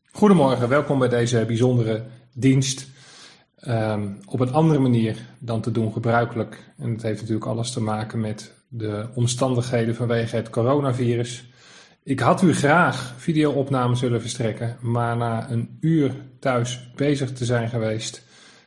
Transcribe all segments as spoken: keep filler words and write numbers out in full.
Goedemorgen, welkom bij deze bijzondere dienst. Um, op een andere manier dan te doen gebruikelijk. En het heeft natuurlijk alles te maken met de omstandigheden vanwege het coronavirus. Ik had u graag video-opnames willen verstrekken, maar na een uur thuis bezig te zijn geweest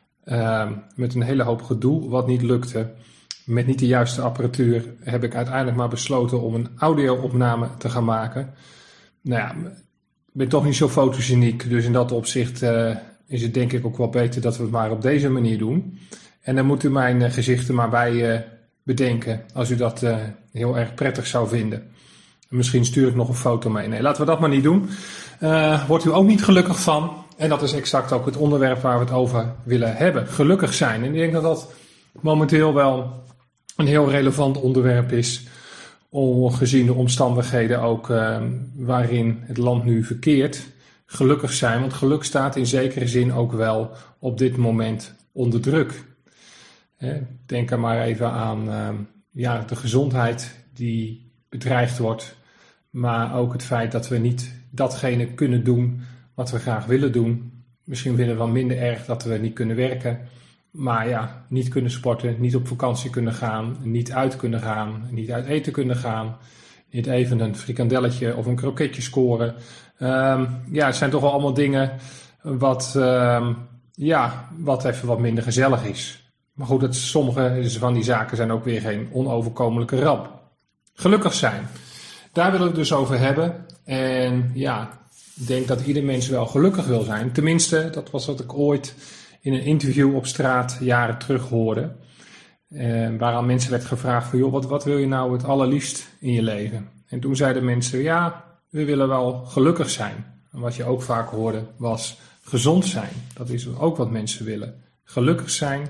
um, met een hele hoop gedoe wat niet lukte, met niet de juiste apparatuur, heb ik uiteindelijk maar besloten om een audio-opname te gaan maken. Nou ja, ik ben toch niet zo fotogeniek, dus in dat opzicht uh, is het denk ik ook wel beter dat we het maar op deze manier doen. En dan moet u mijn uh, gezichten maar bij uh, bedenken als u dat uh, heel erg prettig zou vinden. En misschien stuur ik nog een foto mee. Nee, laten we dat maar niet doen. Uh, wordt u ook niet gelukkig van. En dat is exact ook het onderwerp waar we het over willen hebben. Gelukkig zijn. En ik denk dat dat momenteel wel een heel relevant onderwerp is, gezien de omstandigheden ook uh, waarin het land nu verkeert, gelukkig zijn. Want geluk staat in zekere zin ook wel op dit moment onder druk. Eh, denk er maar even aan uh, ja, de gezondheid die bedreigd wordt, maar ook het feit dat we niet datgene kunnen doen wat we graag willen doen. Misschien willen we wel minder erg dat we niet kunnen werken. Maar ja, niet kunnen sporten, niet op vakantie kunnen gaan, niet uit kunnen gaan, niet uit eten kunnen gaan, niet even een frikandelletje of een kroketje scoren. Um, ja, het zijn toch wel allemaal dingen wat, um, ja, wat even wat minder gezellig is. Maar goed, dat sommige van die zaken zijn ook weer geen onoverkomelijke ramp. Gelukkig zijn. Daar wil ik het dus over hebben. En ja, ik denk dat ieder mens wel gelukkig wil zijn. Tenminste, dat was wat ik ooit in een interview op straat jaren terug hoorde. Eh, waaraan mensen werd gevraagd van, joh, wat, wat wil je nou het allerliefst in je leven? En toen zeiden mensen, ja, we willen wel gelukkig zijn. En wat je ook vaak hoorde was gezond zijn. Dat is ook wat mensen willen. Gelukkig zijn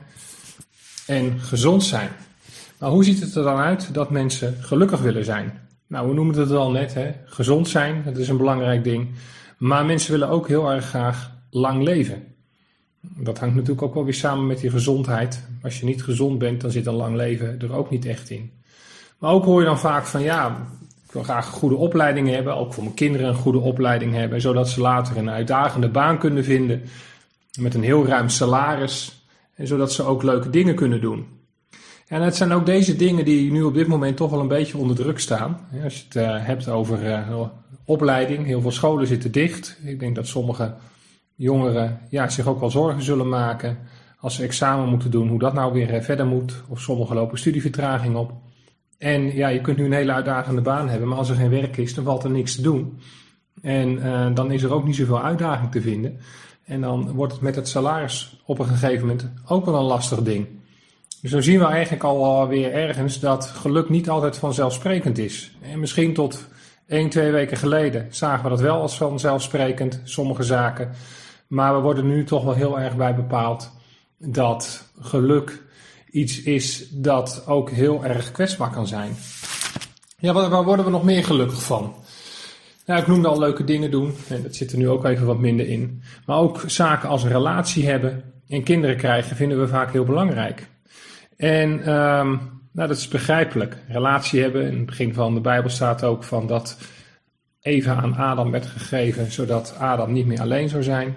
en gezond zijn. Maar hoe ziet het er dan uit dat mensen gelukkig willen zijn? Nou, we noemen het al net, hè? Gezond zijn, dat is een belangrijk ding. Maar mensen willen ook heel erg graag lang leven. Dat hangt natuurlijk ook wel weer samen met je gezondheid. Als je niet gezond bent, dan zit een lang leven er ook niet echt in. Maar ook hoor je dan vaak van, ja, ik wil graag een goede opleiding hebben. Ook voor mijn kinderen een goede opleiding hebben. Zodat ze later een uitdagende baan kunnen vinden. Met een heel ruim salaris. En zodat ze ook leuke dingen kunnen doen. En het zijn ook deze dingen die nu op dit moment toch wel een beetje onder druk staan. Als je het uh, hebt over uh, opleiding. Heel veel scholen zitten dicht. Ik denk dat sommige jongeren ja, zich ook wel zorgen zullen maken als ze examen moeten doen, hoe dat nou weer verder moet. Of sommigen lopen studievertraging op. En ja, je kunt nu een hele uitdagende baan hebben, maar als er geen werk is, dan valt er niks te doen. En uh, dan is er ook niet zoveel uitdaging te vinden. En dan wordt het met het salaris op een gegeven moment ook wel een lastig ding. Dus zo zien we eigenlijk alweer ergens dat geluk niet altijd vanzelfsprekend is. En misschien tot één, twee weken geleden zagen we dat wel als vanzelfsprekend, sommige zaken. Maar we worden nu toch wel heel erg bij bepaald dat geluk iets is dat ook heel erg kwetsbaar kan zijn. Ja, waar, waar worden we nog meer gelukkig van? Nou, ik noemde al leuke dingen doen. En dat zit er nu ook even wat minder in. Maar ook zaken als een relatie hebben en kinderen krijgen vinden we vaak heel belangrijk. En um, nou, dat is begrijpelijk. Relatie hebben. In het begin van de Bijbel staat ook van dat Eva aan Adam werd gegeven, zodat Adam niet meer alleen zou zijn.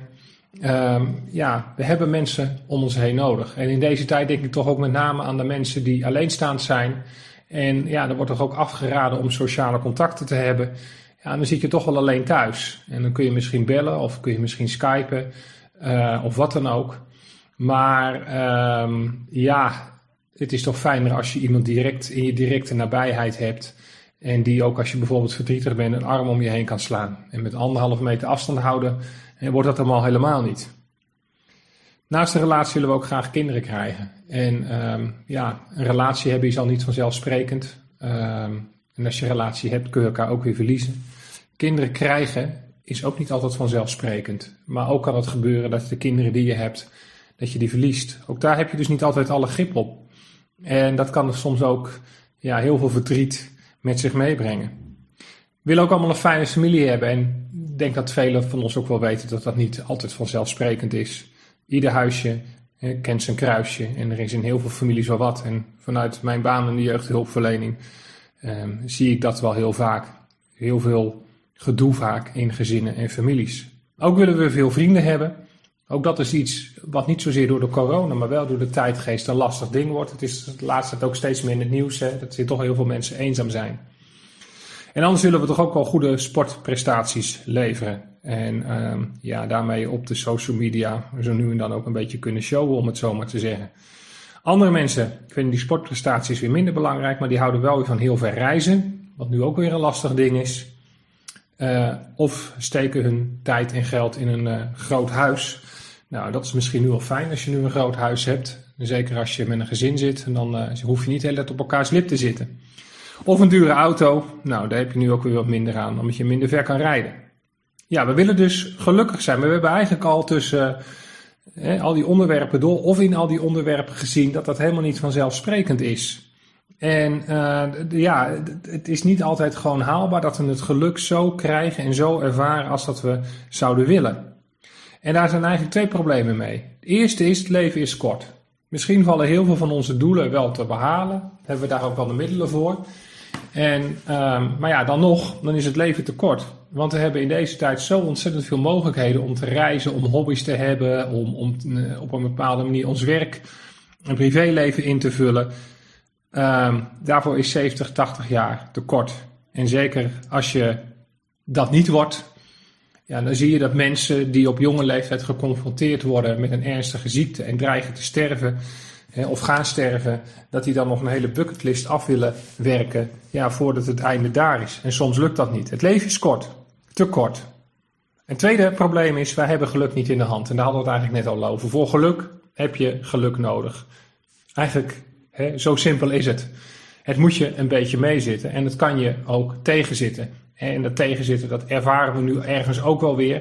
Um, ja, we hebben mensen om ons heen nodig. En in deze tijd denk ik toch ook met name aan de mensen die alleenstaand zijn. En ja, er wordt toch ook afgeraden om sociale contacten te hebben. Ja, dan zit je toch wel alleen thuis. En dan kun je misschien bellen of kun je misschien skypen uh, of wat dan ook. Maar um, ja, het is toch fijner als je iemand direct in je directe nabijheid hebt. En die ook als je bijvoorbeeld verdrietig bent een arm om je heen kan slaan. En met anderhalve meter afstand houden en wordt dat allemaal helemaal niet. Naast de relatie willen we ook graag kinderen krijgen. En um, ja, een relatie hebben is al niet vanzelfsprekend. Um, en als je een relatie hebt kun je elkaar ook weer verliezen. Kinderen krijgen is ook niet altijd vanzelfsprekend. Maar ook kan het gebeuren dat de kinderen die je hebt, dat je die verliest. Ook daar heb je dus niet altijd alle grip op. En dat kan soms ook ja, heel veel verdriet met zich meebrengen. We willen ook allemaal een fijne familie hebben. En ik denk dat velen van ons ook wel weten dat dat niet altijd vanzelfsprekend is. Ieder huisje hè, kent zijn kruisje. En er is in heel veel families wel wat. En vanuit mijn baan in de jeugdhulpverlening eh, zie ik dat wel heel vaak. Heel veel gedoe vaak in gezinnen en families. Ook willen we veel vrienden hebben. Ook dat is iets wat niet zozeer door de corona, maar wel door de tijdgeest een lastig ding wordt. Het is de laatste tijd ook steeds meer in het nieuws, hè, dat er toch heel veel mensen eenzaam zijn. En anders willen we toch ook wel goede sportprestaties leveren. En uh, ja, daarmee op de social media zo nu en dan ook een beetje kunnen showen, om het zo maar te zeggen. Andere mensen vinden die sportprestaties weer minder belangrijk, maar die houden wel weer van heel ver reizen. Wat nu ook weer een lastig ding is. Uh, of steken hun tijd en geld in een uh, groot huis. Nou, dat is misschien nu wel fijn als je nu een groot huis hebt. Zeker als je met een gezin zit. En dan uh, hoef je niet heel net op elkaars lip te zitten. Of een dure auto. Nou, daar heb je nu ook weer wat minder aan. Omdat je minder ver kan rijden. Ja, we willen dus gelukkig zijn. Maar we hebben eigenlijk al tussen uh, eh, al die onderwerpen door. Of in al die onderwerpen gezien dat dat helemaal niet vanzelfsprekend is. En uh, ja, het is niet altijd gewoon haalbaar dat we het geluk zo krijgen en zo ervaren als dat we zouden willen. En daar zijn eigenlijk twee problemen mee. Het eerste is, het leven is kort. Misschien vallen heel veel van onze doelen wel te behalen. Hebben we daar ook wel de middelen voor. En, um, maar ja, dan nog, dan is het leven te kort. Want we hebben in deze tijd zo ontzettend veel mogelijkheden om te reizen, om hobby's te hebben, om, om uh, op een bepaalde manier ons werk en privéleven in te vullen. Um, daarvoor is zeventig, tachtig jaar te kort. En zeker als je dat niet wordt, ja, dan zie je dat mensen die op jonge leeftijd geconfronteerd worden met een ernstige ziekte en dreigen te sterven, hè, of gaan sterven, dat die dan nog een hele bucketlist af willen werken, ja, voordat het einde daar is. En soms lukt dat niet. Het leven is kort, te kort. Een tweede probleem is, wij hebben geluk niet in de hand. En daar hadden we het eigenlijk net al over. Voor geluk heb je geluk nodig. Eigenlijk, hè, zo simpel is het. Het moet je een beetje meezitten en het kan je ook tegenzitten. En dat tegenzitten, dat ervaren we nu ergens ook wel weer.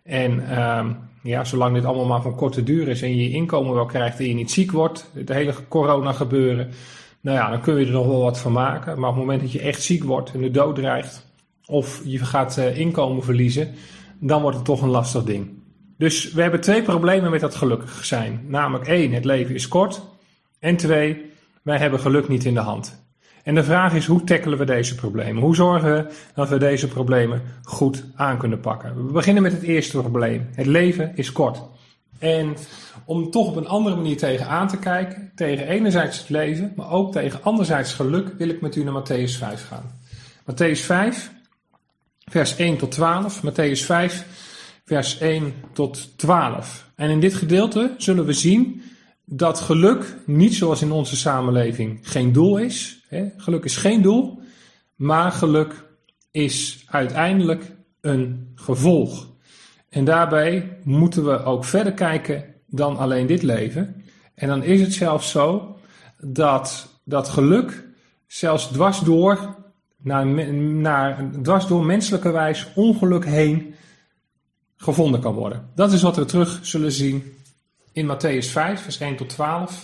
En um, ja, zolang dit allemaal maar van korte duur is en je je inkomen wel krijgt en je niet ziek wordt, het hele corona gebeuren, nou ja, dan kun je er nog wel wat van maken. Maar op het moment dat je echt ziek wordt en de dood dreigt, of je gaat uh, inkomen verliezen, dan wordt het toch een lastig ding. Dus we hebben twee problemen met dat gelukkig zijn. Namelijk één, het leven is kort. En twee, wij hebben geluk niet in de hand. En de vraag is, hoe tackelen we deze problemen? Hoe zorgen we dat we deze problemen goed aan kunnen pakken? We beginnen met het eerste probleem. Het leven is kort. En om toch op een andere manier tegenaan te kijken, tegen enerzijds het leven, maar ook tegen anderzijds geluk, wil ik met u naar Mattheüs vijf gaan. Mattheüs vijf, vers één tot twaalf. Mattheüs vijf, vers één tot twaalf. En in dit gedeelte zullen we zien dat geluk niet zoals in onze samenleving geen doel is. Geluk is geen doel, maar geluk is uiteindelijk een gevolg. En daarbij moeten we ook verder kijken dan alleen dit leven. En dan is het zelfs zo dat dat geluk zelfs dwars door, naar, naar, dwars door menselijke wijs ongeluk heen gevonden kan worden. Dat is wat we terug zullen zien in Mattheüs vijf, vers één tot twaalf.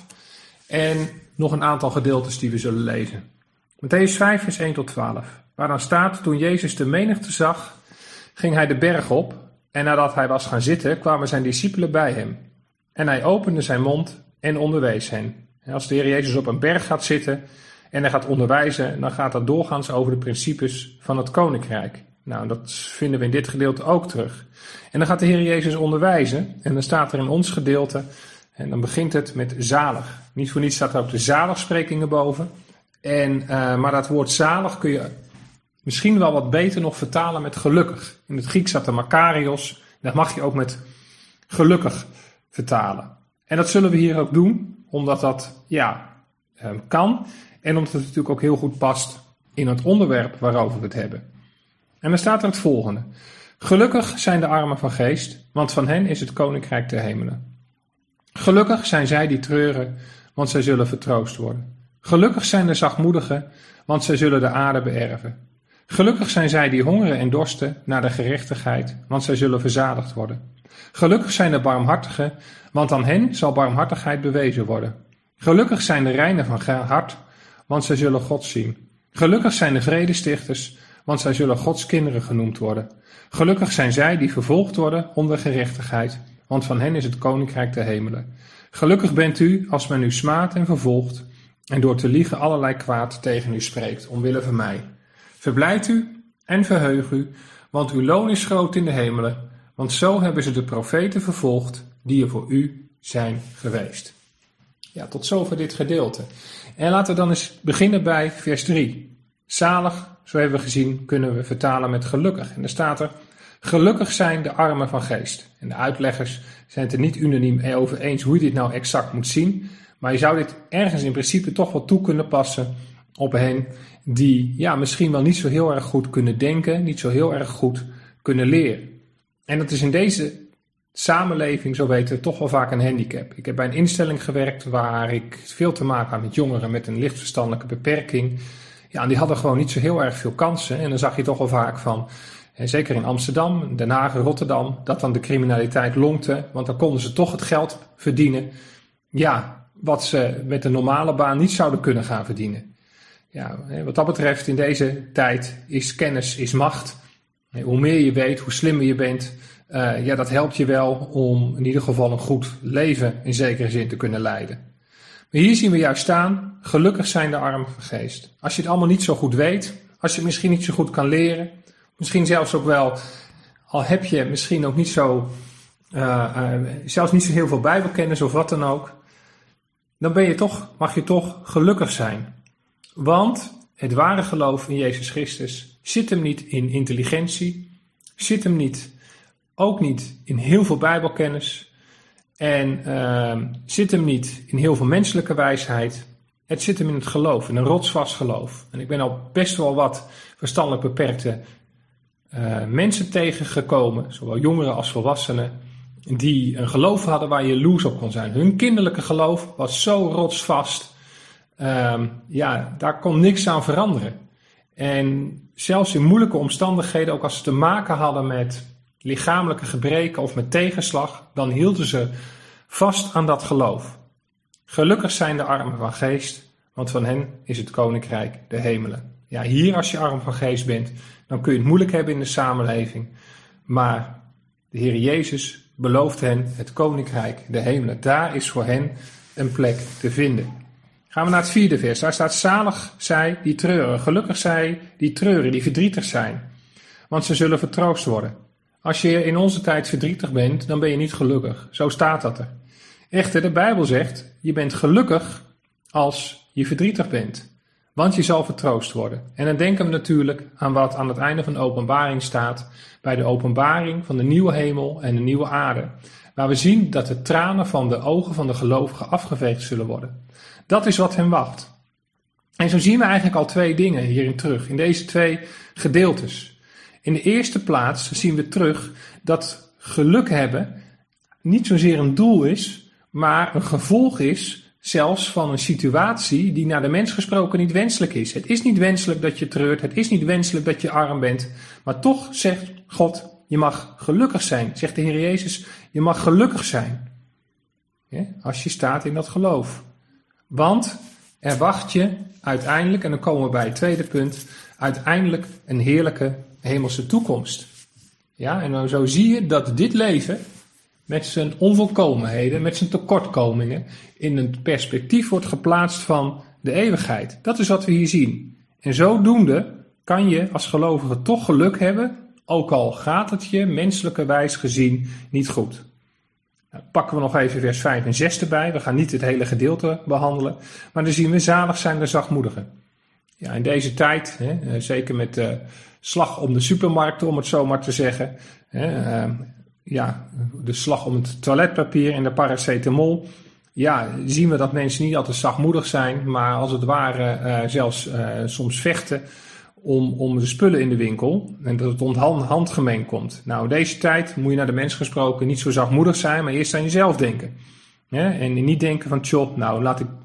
En nog een aantal gedeeltes die we zullen lezen. Mattheüs vijf, vers één tot twaalf. Waar dan staat, toen Jezus de menigte zag, ging hij de berg op. En nadat hij was gaan zitten, kwamen zijn discipelen bij hem. En hij opende zijn mond en onderwees hen. En als de Heer Jezus op een berg gaat zitten en hij gaat onderwijzen, dan gaat dat doorgaans over de principes van het koninkrijk. Nou, dat vinden we in dit gedeelte ook terug. En dan gaat de Heer Jezus onderwijzen en dan staat er in ons gedeelte, en dan begint het met zalig. Niet voor niets staat er ook de zaligsprekingen boven. En, uh, maar dat woord zalig kun je misschien wel wat beter nog vertalen met gelukkig. In het Grieks staat er makarios. Dat mag je ook met gelukkig vertalen. En dat zullen we hier ook doen, omdat dat ja, um, kan. En omdat het natuurlijk ook heel goed past in het onderwerp waarover we het hebben. En dan staat er het volgende. Gelukkig zijn de armen van geest, want van hen is het koninkrijk der hemelen. Gelukkig zijn zij die treuren, want zij zullen vertroost worden. Gelukkig zijn de zachtmoedigen, want zij zullen de aarde beërven. Gelukkig zijn zij die hongeren en dorsten naar de gerechtigheid, want zij zullen verzadigd worden. Gelukkig zijn de barmhartigen, want aan hen zal barmhartigheid bewezen worden. Gelukkig zijn de reinen van hart, want zij zullen God zien. Gelukkig zijn de vredestichters, want zij zullen Gods kinderen genoemd worden. Gelukkig zijn zij die vervolgd worden om de gerechtigheid, want van hen is het koninkrijk der hemelen. Gelukkig bent u als men u smaadt en vervolgt en door te liegen allerlei kwaad tegen u spreekt, omwille van mij. Verblijd u en verheug u, want uw loon is groot in de hemelen, Want zo hebben ze de profeten vervolgd die er voor u zijn geweest. Ja, tot zover dit gedeelte. En laten we dan eens beginnen bij vers drie. Zalig, zo hebben we gezien, kunnen we vertalen met gelukkig. En daar staat er, gelukkig zijn de armen van geest. En de uitleggers zijn het er niet unaniem over eens hoe je dit nou exact moet zien. Maar je zou dit ergens in principe toch wel toe kunnen passen op hen die ja, misschien wel niet zo heel erg goed kunnen denken, niet zo heel erg goed kunnen leren. En dat is in deze samenleving, zo weten we, toch wel vaak een handicap. Ik heb bij een instelling gewerkt waar ik veel te maken had met jongeren met een licht verstandelijke beperking. Ja, en die hadden gewoon niet zo heel erg veel kansen. En dan zag je toch wel vaak van, en zeker in Amsterdam, Den Haag, Rotterdam, dat dan de criminaliteit lonkte. Want dan konden ze toch het geld verdienen, ja, wat ze met een normale baan niet zouden kunnen gaan verdienen. Ja, wat dat betreft in deze tijd is kennis is macht. Hoe meer je weet, hoe slimmer je bent, uh, ja, dat helpt je wel om in ieder geval een goed leven in zekere zin te kunnen leiden. Maar hier zien we juist staan, gelukkig zijn de armen van geest. Als je het allemaal niet zo goed weet, als je het misschien niet zo goed kan leren, misschien zelfs ook wel, al heb je misschien ook niet zo, uh, uh, zelfs niet zo heel veel bijbelkennis of wat dan ook, dan ben je toch, mag je toch gelukkig zijn. Want het ware geloof in Jezus Christus zit hem niet in intelligentie, zit hem niet, ook niet in heel veel bijbelkennis en uh, zit hem niet in heel veel menselijke wijsheid. Het zit hem in het geloof, in een rotsvast geloof. En ik ben al best wel wat verstandelijk beperkte uh, mensen tegengekomen, zowel jongeren als volwassenen, die een geloof hadden waar je jaloers op kon zijn. Hun kinderlijke geloof was zo rotsvast. Um, ja, daar kon niks aan veranderen. En zelfs in moeilijke omstandigheden, ook als ze te maken hadden met lichamelijke gebreken of met tegenslag, dan hielden ze vast aan dat geloof. Gelukkig zijn de armen van geest, want van hen is het koninkrijk de hemelen. Ja, hier als je arm van geest bent, dan kun je het moeilijk hebben in de samenleving. Maar de Heer Jezus belooft hen het koninkrijk de hemelen. Daar is voor hen een plek te vinden. Gaan we naar het vierde vers. Daar staat, zalig zij die treuren. Gelukkig zij die treuren, die verdrietig zijn. Want ze zullen vertroost worden. Als je in onze tijd verdrietig bent, dan ben je niet gelukkig. Zo staat dat er. Echter, de Bijbel zegt, je bent gelukkig als je verdrietig bent. Want je zal vertroost worden. En dan denken we natuurlijk aan wat aan het einde van de openbaring staat. Bij de openbaring van de nieuwe hemel en de nieuwe aarde. Waar we zien dat de tranen van de ogen van de gelovigen afgeveegd zullen worden. Dat is wat hen wacht. En zo zien we eigenlijk al twee dingen hierin terug, in deze twee gedeeltes. In de eerste plaats zien we terug dat geluk hebben niet zozeer een doel is, maar een gevolg is zelfs van een situatie die naar de mens gesproken niet wenselijk is. Het is niet wenselijk dat je treurt, het is niet wenselijk dat je arm bent, maar toch zegt God, je mag gelukkig zijn. Zegt de Heer Jezus, je mag gelukkig zijn. Ja, als je staat in dat geloof. Want er wacht je uiteindelijk, en dan komen we bij het tweede punt, uiteindelijk een heerlijke hemelse toekomst. Ja, en dan zo zie je dat dit leven met zijn onvolkomenheden, met zijn tekortkomingen, in een perspectief wordt geplaatst van de eeuwigheid. Dat is wat we hier zien. En zodoende kan je als gelovige toch geluk hebben, ook al gaat het je menselijke wijs gezien niet goed. Nou, pakken we nog even vers vijf en zes erbij. We gaan niet het hele gedeelte behandelen. Maar dan zien we, zalig zijn de zachtmoedigen. Ja, in deze tijd, hè, zeker met de slag om de supermarkten, om het zo maar te zeggen. Hè, uh, ja, de slag om het toiletpapier en de paracetamol. Ja, zien we dat mensen niet altijd zachtmoedig zijn, maar als het ware uh, zelfs uh, soms vechten om, om de spullen in de winkel. En dat het onder handgemeen komt. Nou, in deze tijd moet je naar de mens gesproken niet zo zachtmoedig zijn, maar eerst aan jezelf denken. Ja, en niet denken van, tjoh, nou laat ik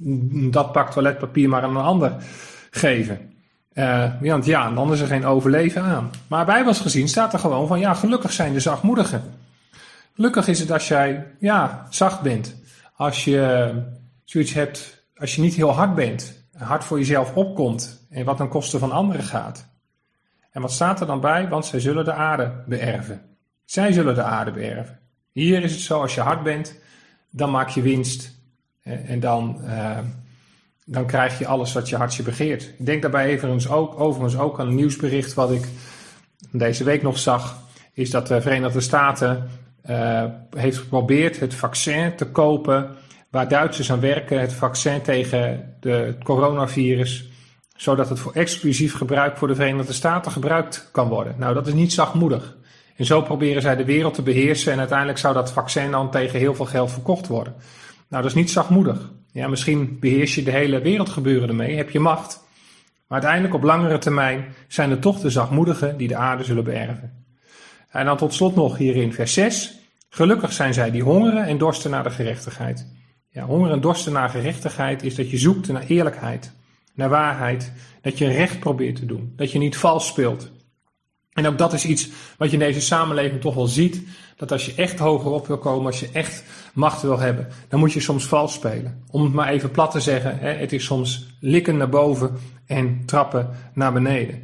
dat pak toiletpapier maar aan een ander geven. Uh, want ja, dan is er geen overleven aan. Maar bijbels gezien staat er gewoon van, ja, gelukkig zijn de zachtmoedigen. Gelukkig is het als jij, ja, zacht bent. Als je zoiets hebt, als je niet heel hard bent, hard voor jezelf opkomt en wat ten koste van anderen gaat. En wat staat er dan bij? Want zij zullen de aarde beërven. Zij zullen de aarde beërven. Hier is het zo, als je hard bent, dan maak je winst. En dan, uh, dan krijg je alles wat je hartje begeert. Ik denk daarbij overigens ook, overigens ook aan een nieuwsbericht wat ik deze week nog zag. is dat de Verenigde Staten uh, heeft geprobeerd het vaccin te kopen waar Duitsers aan werken, het vaccin tegen de, het coronavirus, zodat het voor exclusief gebruik voor de Verenigde Staten gebruikt kan worden. Nou, dat is niet zachtmoedig. En zo proberen zij de wereld te beheersen en uiteindelijk zou dat vaccin dan tegen heel veel geld verkocht worden. Nou, dat is niet zachtmoedig. Ja, misschien beheers je de hele wereldgebeuren ermee, heb je macht. Maar uiteindelijk op langere termijn zijn het toch de zachtmoedigen die de aarde zullen beërven. En dan tot slot nog hier in vers zes. Gelukkig zijn zij die hongeren en dorsten naar de gerechtigheid. Ja, honger en dorsten naar gerechtigheid is dat je zoekt naar eerlijkheid, naar waarheid. Dat je recht probeert te doen, dat je niet vals speelt. En ook dat is iets wat je in deze samenleving toch wel ziet. Dat als je echt hoger op wil komen, als je echt macht wil hebben, dan moet je soms vals spelen. Om het maar even plat te zeggen, hè, het is soms likken naar boven en trappen naar beneden.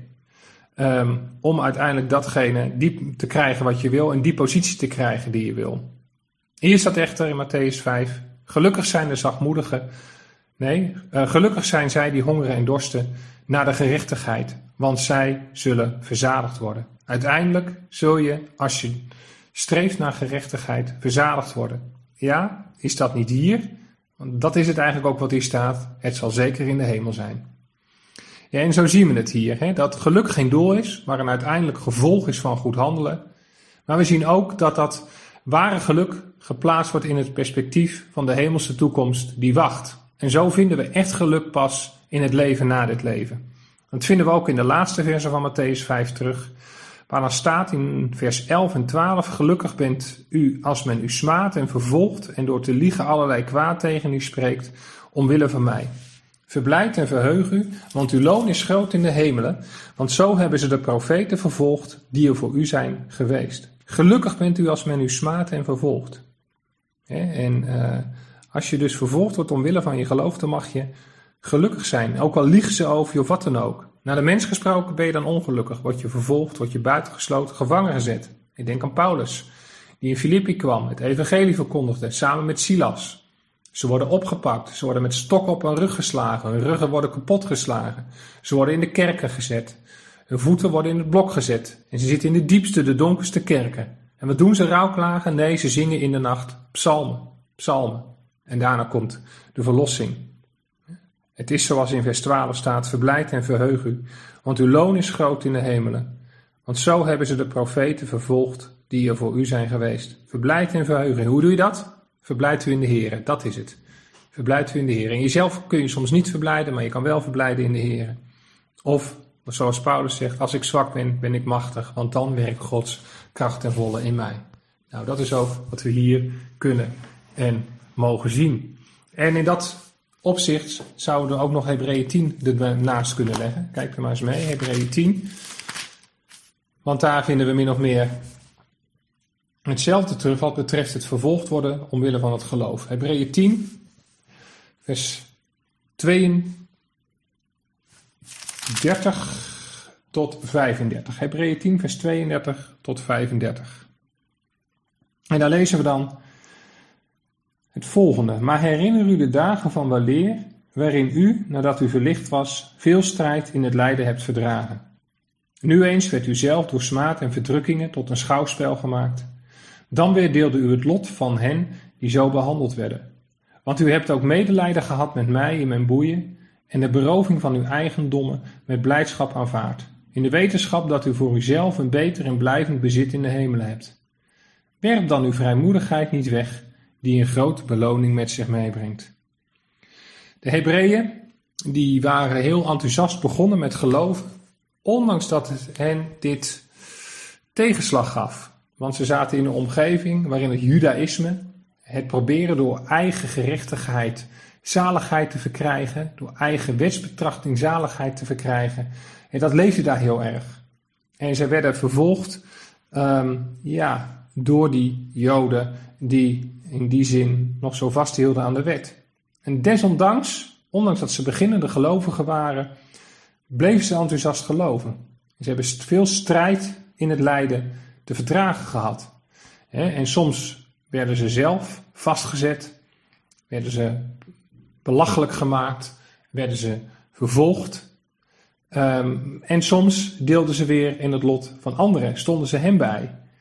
Um, om uiteindelijk datgene die te krijgen wat je wil en die positie te krijgen die je wil. Hier staat echter in Mattheüs vijf, gelukkig zijn de zachtmoedigen, nee, uh, gelukkig zijn zij die hongeren en dorsten naar de gerechtigheid, want zij zullen verzadigd worden. Uiteindelijk zul je, als je streeft naar gerechtigheid, verzadigd worden. Ja, is dat niet hier? Want dat is het eigenlijk ook wat hier staat. Het zal zeker in de hemel zijn. Ja, en zo zien we het hier, hè, dat geluk geen doel is, maar een uiteindelijk gevolg is van goed handelen. Maar we zien ook dat dat ware geluk geplaatst wordt in het perspectief van de hemelse toekomst die wacht. En zo vinden we echt geluk pas in het leven na dit leven. Dat vinden we ook in de laatste versen van Mattheüs vijf terug, waar dan staat in vers elf en twaalf, gelukkig bent u als men u smaadt en vervolgt en door te liegen allerlei kwaad tegen u spreekt, omwille van mij. Verblijd en verheug u, want uw loon is groot in de hemelen, want zo hebben ze de profeten vervolgd die er voor u zijn geweest. Gelukkig bent u als men u smaadt en vervolgt. En uh, als je dus vervolgd wordt omwille van je geloof, dan mag je gelukkig zijn. Ook al liegen ze over je of wat dan ook. Naar de mens gesproken ben je dan ongelukkig. Word je vervolgd, word je buitengesloten, gevangen gezet. Ik denk aan Paulus, die in Filippi kwam, het evangelie verkondigde, samen met Silas. Ze worden opgepakt, ze worden met stokken op hun rug geslagen, hun ruggen worden kapot geslagen. Ze worden in de kerken gezet, hun voeten worden in het blok gezet. En ze zitten in de diepste, de donkerste kerken. En wat doen ze, rouwklagen? Nee, ze zingen in de nacht psalmen, psalmen. En daarna komt de verlossing. Het is zoals in vers twaalf staat, verblijd en verheug u, want uw loon is groot in de hemelen. Want zo hebben ze de profeten vervolgd die er voor u zijn geweest. Verblijd en verheug u. Hoe doe je dat? Verblijd u in de Here, dat is het. Verblijd u in de Here. En jezelf kun je soms niet verblijden, maar je kan wel verblijden in de Here. Of, zoals Paulus zegt, als ik zwak ben, ben ik machtig, want dan werkt Gods kracht ten volle in mij. Nou, dat is ook wat we hier kunnen en mogen zien. En in dat opzicht zouden we ook nog Hebreeën tien ernaast kunnen leggen. Kijk er maar eens mee, Hebreeën tien. Want daar vinden we min of meer hetzelfde terug wat betreft het vervolgd worden omwille van het geloof. Hebreeën tien, vers tweeëndertig tot vijfendertig. Hebreeën tien, vers tweeëndertig tot vijfendertig. En daar lezen we dan het volgende. Maar herinner u de dagen van weleer, waarin u, nadat u verlicht was, veel strijd in het lijden hebt verdragen. Nu eens werd u zelf door smaad en verdrukkingen tot een schouwspel gemaakt. Dan weer deelde u het lot van hen die zo behandeld werden. Want u hebt ook medelijden gehad met mij in mijn boeien en de beroving van uw eigendommen met blijdschap aanvaard. In de wetenschap dat u voor uzelf een beter en blijvend bezit in de hemelen hebt. Werp dan uw vrijmoedigheid niet weg, die een grote beloning met zich meebrengt. De Hebreeën, die waren heel enthousiast begonnen met geloven, ondanks dat het hen dit tegenslag gaf. Want ze zaten in een omgeving waarin het judaïsme, het proberen door eigen gerechtigheid zaligheid te verkrijgen, door eigen wetsbetrachting zaligheid te verkrijgen, en dat leefde daar heel erg. En ze werden vervolgd um, ja, door die Joden die in die zin nog zo vasthielden aan de wet. En desondanks, ondanks dat ze beginnende gelovigen waren, bleven ze enthousiast geloven. Ze hebben veel strijd in het lijden te verdragen gehad. En soms werden ze zelf vastgezet, werden ze belachelijk gemaakt, werden ze vervolgd. Um, en soms deelden ze weer in het lot van anderen, stonden ze hem bij.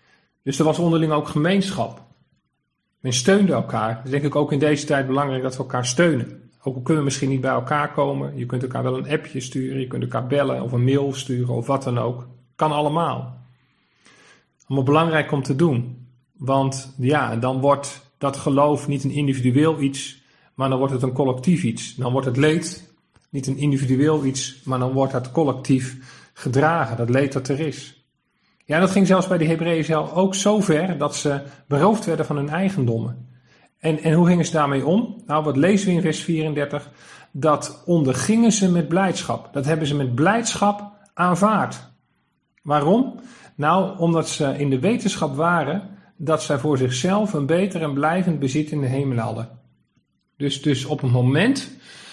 Dus er was onderling ook gemeenschap. Men steunde elkaar. Het is denk ik ook in deze tijd belangrijk dat we elkaar steunen. Ook al kunnen we misschien niet bij elkaar komen. Je kunt elkaar wel een appje sturen. Je kunt elkaar bellen of een mail sturen of wat dan ook. Kan allemaal. Allemaal belangrijk om te doen. Want ja, dan wordt dat geloof niet een individueel iets, maar dan wordt het een collectief iets. Dan wordt het leed niet een individueel iets, maar dan wordt het collectief gedragen. Dat leed dat er is. Ja, dat ging zelfs bij de Hebreeën zelf ook zo ver dat ze beroofd werden van hun eigendommen. En, en hoe gingen ze daarmee om? Nou, wat lezen we in vers vierendertig? Dat ondergingen ze met blijdschap. Dat hebben ze met blijdschap aanvaard. Waarom? Nou, omdat ze in de wetenschap waren dat zij voor zichzelf een beter en blijvend bezit in de hemel hadden. Dus, dus op het moment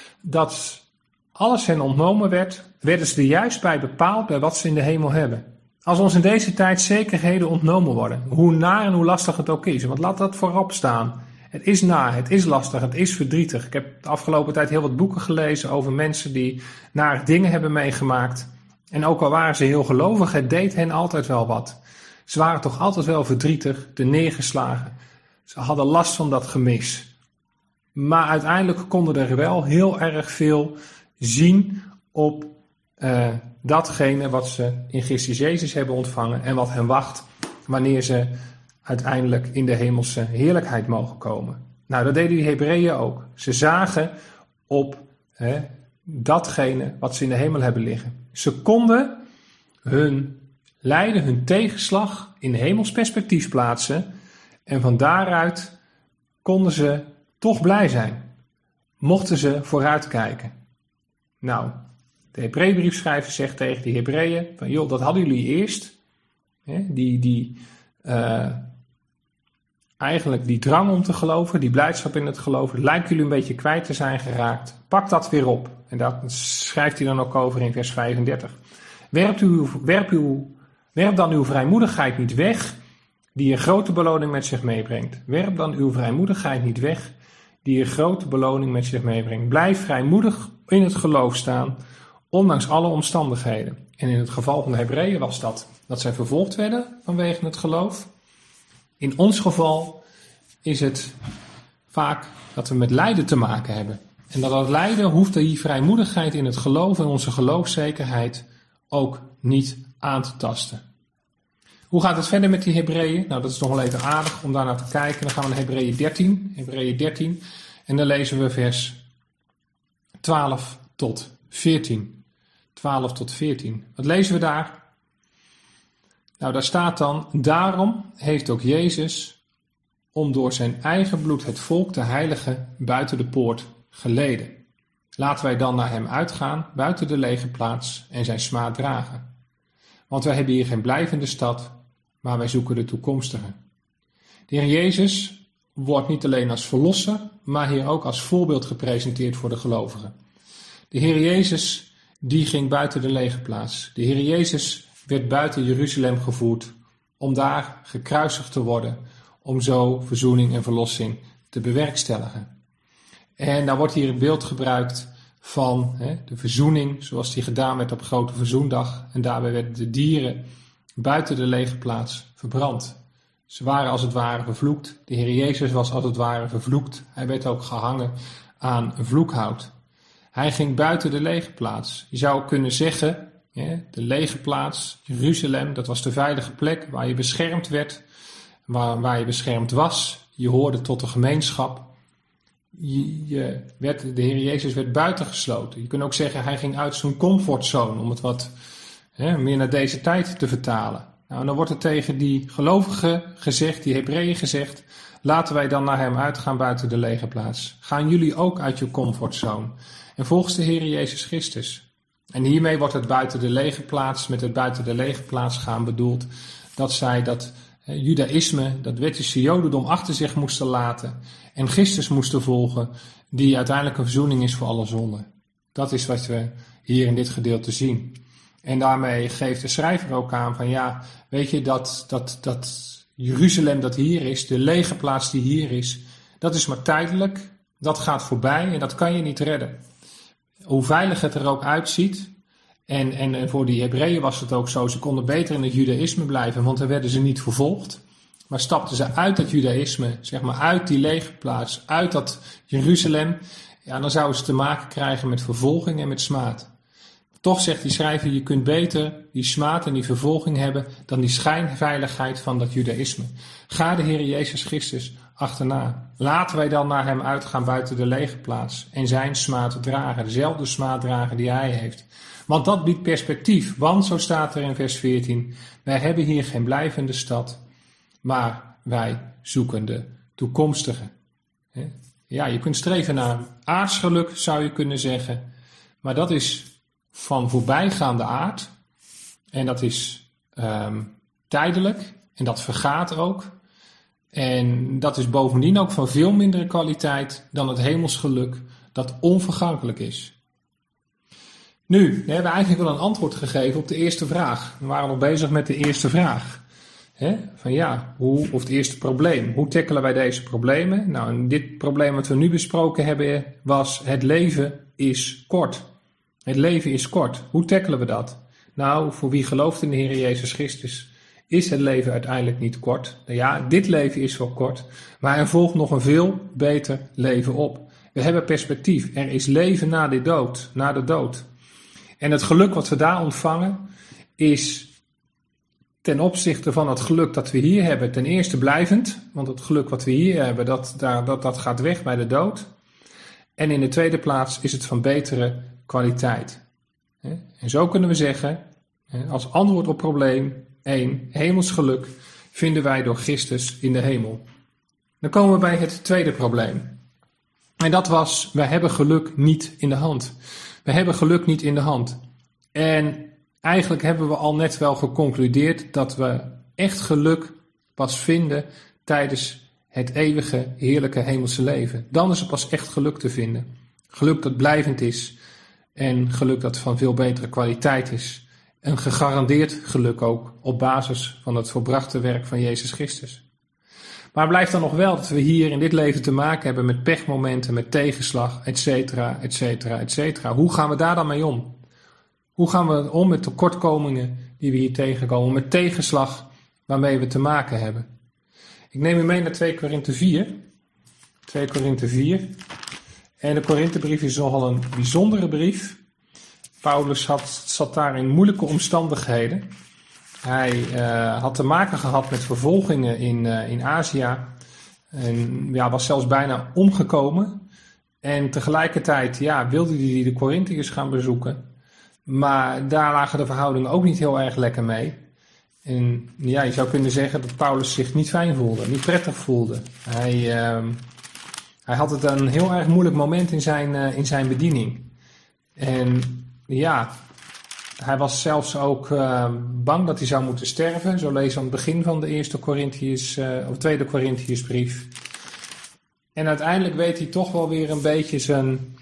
dat alles hen ontnomen werd, werden ze er juist bij bepaald bij wat ze in de hemel hebben. Als ons in deze tijd zekerheden ontnomen worden, hoe naar en hoe lastig het ook is, want laat dat voorop staan. Het is naar, het is lastig, het is verdrietig. Ik heb de afgelopen tijd heel wat boeken gelezen over mensen die nare dingen hebben meegemaakt. En ook al waren ze heel gelovig, het deed hen altijd wel wat. Ze waren toch altijd wel verdrietig, te neergeslagen. Ze hadden last van dat gemis. Maar uiteindelijk konden er wel heel erg veel zien op uh, datgene wat ze in Christus Jezus hebben ontvangen en wat hen wacht wanneer ze uiteindelijk in de hemelse heerlijkheid mogen komen. Nou, dat deden die Hebreeën ook. Ze zagen op hè, datgene wat ze in de hemel hebben liggen. Ze konden hun lijden, hun tegenslag in hemels perspectief plaatsen en van daaruit konden ze toch blij zijn. Mochten ze vooruitkijken. Nou, de Hebreeënbriefschrijver zegt tegen die Hebreeën van joh, dat hadden jullie eerst. Hè, die, die, uh, eigenlijk die drang om te geloven, die blijdschap in het geloven, lijken jullie een beetje kwijt te zijn geraakt. Pak dat weer op. En daar schrijft hij dan ook over in vers vijfendertig. Werp, uw, werp, uw, werp dan uw vrijmoedigheid niet weg, die een grote beloning met zich meebrengt. Werp dan uw vrijmoedigheid niet weg, die een grote beloning met zich meebrengt. Blijf vrijmoedig in het geloof staan, ondanks alle omstandigheden. En in het geval van de Hebreeën was dat, dat zij vervolgd werden vanwege het geloof. In ons geval is het vaak dat we met lijden te maken hebben. En dat dat lijden hoeft die vrijmoedigheid in het geloof en onze geloofszekerheid ook niet aan te tasten. Hoe gaat het verder met die Hebreeën? Nou, dat is nog wel even aardig om daar naar te kijken. Dan gaan we naar Hebreeën dertien. Hebreeën dertien. En dan lezen we vers twaalf tot veertien. twaalf tot veertien. Wat lezen we daar? Nou, daar staat dan: daarom heeft ook Jezus, om door zijn eigen bloed het volk te heiligen, buiten de poort geleden. Laten wij dan naar hem uitgaan, buiten de lege plaats, en zijn smaad dragen. Want wij hebben hier geen blijvende stad, maar wij zoeken de toekomstige. De Heer Jezus wordt niet alleen als verlosser, maar hier ook als voorbeeld gepresenteerd voor de gelovigen. De Heer Jezus, die ging buiten de lege plaats. De Heer Jezus werd buiten Jeruzalem gevoerd om daar gekruisigd te worden, om zo verzoening en verlossing te bewerkstelligen. En daar wordt hier het beeld gebruikt van hè, de verzoening, zoals die gedaan werd op Grote Verzoendag. En daarbij werden de dieren buiten de lege plaats verbrand. Ze waren als het ware vervloekt. De Heer Jezus was als het ware vervloekt. Hij werd ook gehangen aan een vloekhout. Hij ging buiten de lege plaats. Je zou kunnen zeggen, hè, de lege plaats, Jeruzalem, dat was de veilige plek waar je beschermd werd, waar, waar je beschermd was. Je hoorde tot de gemeenschap. Je, je werd, de Heer Jezus werd buitengesloten. Je kunt ook zeggen, hij ging uit zijn comfortzone, om het wat hè, meer naar deze tijd te vertalen. Nou, en dan wordt er tegen die gelovigen gezegd, die Hebreeën gezegd, laten wij dan naar hem uitgaan buiten de lege plaats. Gaan jullie ook uit je comfortzone? En volgens de Heer Jezus Christus. En hiermee wordt het buiten de lege plaats, met het buiten de lege plaats gaan bedoeld, dat zij dat hè, judaïsme, dat wettische jodendom achter zich moesten laten en Christus moesten volgen, die uiteindelijk een verzoening is voor alle zonden. Dat is wat we hier in dit gedeelte zien. En daarmee geeft de schrijver ook aan van ja, weet je, dat, dat, dat Jeruzalem dat hier is, de lege plaats die hier is, dat is maar tijdelijk, dat gaat voorbij en dat kan je niet redden. Hoe veilig het er ook uitziet, en, en, en voor die Hebreeën was het ook zo, ze konden beter in het judaïsme blijven, want dan werden ze niet vervolgd. maar stapten ze uit dat judaïsme, zeg maar uit die legerplaats, uit dat Jeruzalem, ja, dan zouden ze te maken krijgen met vervolging en met smaad. Toch zegt die schrijver, je kunt beter die smaad en die vervolging hebben dan die schijnveiligheid van dat judaïsme. Ga de Heer Jezus Christus achterna. Laten wij dan naar hem uitgaan buiten de legerplaats en zijn smaad dragen, dezelfde smaad dragen die hij heeft. Want dat biedt perspectief, want zo staat er in vers veertien, wij hebben hier geen blijvende stad, maar wij zoeken de toekomstige. Ja, je kunt streven naar aardsgeluk, zou je kunnen zeggen, maar dat is van voorbijgaande aard en dat is um, tijdelijk en dat vergaat ook. En dat is bovendien ook van veel mindere kwaliteit dan het hemelsgeluk dat onvergankelijk is. Nu, we hebben eigenlijk wel een antwoord gegeven op de eerste vraag. We waren nog bezig met de eerste vraag. He? Van ja, hoe, of het eerste probleem. Hoe tackelen wij deze problemen? Nou, en dit probleem wat we nu besproken hebben was het leven is kort. Het leven is kort. Hoe tackelen we dat? Nou, voor wie gelooft in de Heer Jezus Christus is het leven uiteindelijk niet kort. Nou ja, dit leven is wel kort, maar er volgt nog een veel beter leven op. We hebben perspectief. Er is leven na de dood, na de dood. En het geluk wat we daar ontvangen is ten opzichte van het geluk dat we hier hebben ten eerste blijvend. Want het geluk wat we hier hebben, dat, dat, dat gaat weg bij de dood. En in de tweede plaats is het van betere kwaliteit. En zo kunnen we zeggen, als antwoord op probleem één, hemels geluk, vinden wij door Christus in de hemel. Dan komen we bij het tweede probleem. En dat was, wij hebben geluk niet in de hand. We hebben geluk niet in de hand. En eigenlijk hebben we al net wel geconcludeerd dat we echt geluk pas vinden tijdens het eeuwige, heerlijke hemelse leven. Dan is er pas echt geluk te vinden. Geluk dat blijvend is en geluk dat van veel betere kwaliteit is. Een gegarandeerd geluk ook op basis van het volbrachte werk van Jezus Christus. Maar het blijft dan nog wel dat we hier in dit leven te maken hebben met pechmomenten, met tegenslag, et cetera, et cetera, et cetera. Hoe gaan we daar dan mee om? Hoe gaan we om met tekortkomingen die we hier tegenkomen, met tegenslag waarmee we te maken hebben? Ik neem u mee naar twee Korinthe vier. twee Korinthe vier. En de Korinthebrief is nogal een bijzondere brief. Paulus had, zat daar in moeilijke omstandigheden. Hij uh, had te maken gehad met vervolgingen in, uh, in Azië. En ja, was zelfs bijna omgekomen. En tegelijkertijd ja, wilde hij de Korintiërs gaan bezoeken. Maar daar lagen de verhoudingen ook niet heel erg lekker mee. En ja, je zou kunnen zeggen dat Paulus zich niet fijn voelde, niet prettig voelde. Hij, uh, hij had het een heel erg moeilijk moment in zijn, uh, in zijn bediening. En ja, hij was zelfs ook uh, bang dat hij zou moeten sterven. Zo lezen we aan het begin van de eerste Korintiërs, uh, of tweede Korintiërsbrief. En uiteindelijk weet hij toch wel weer een beetje zijn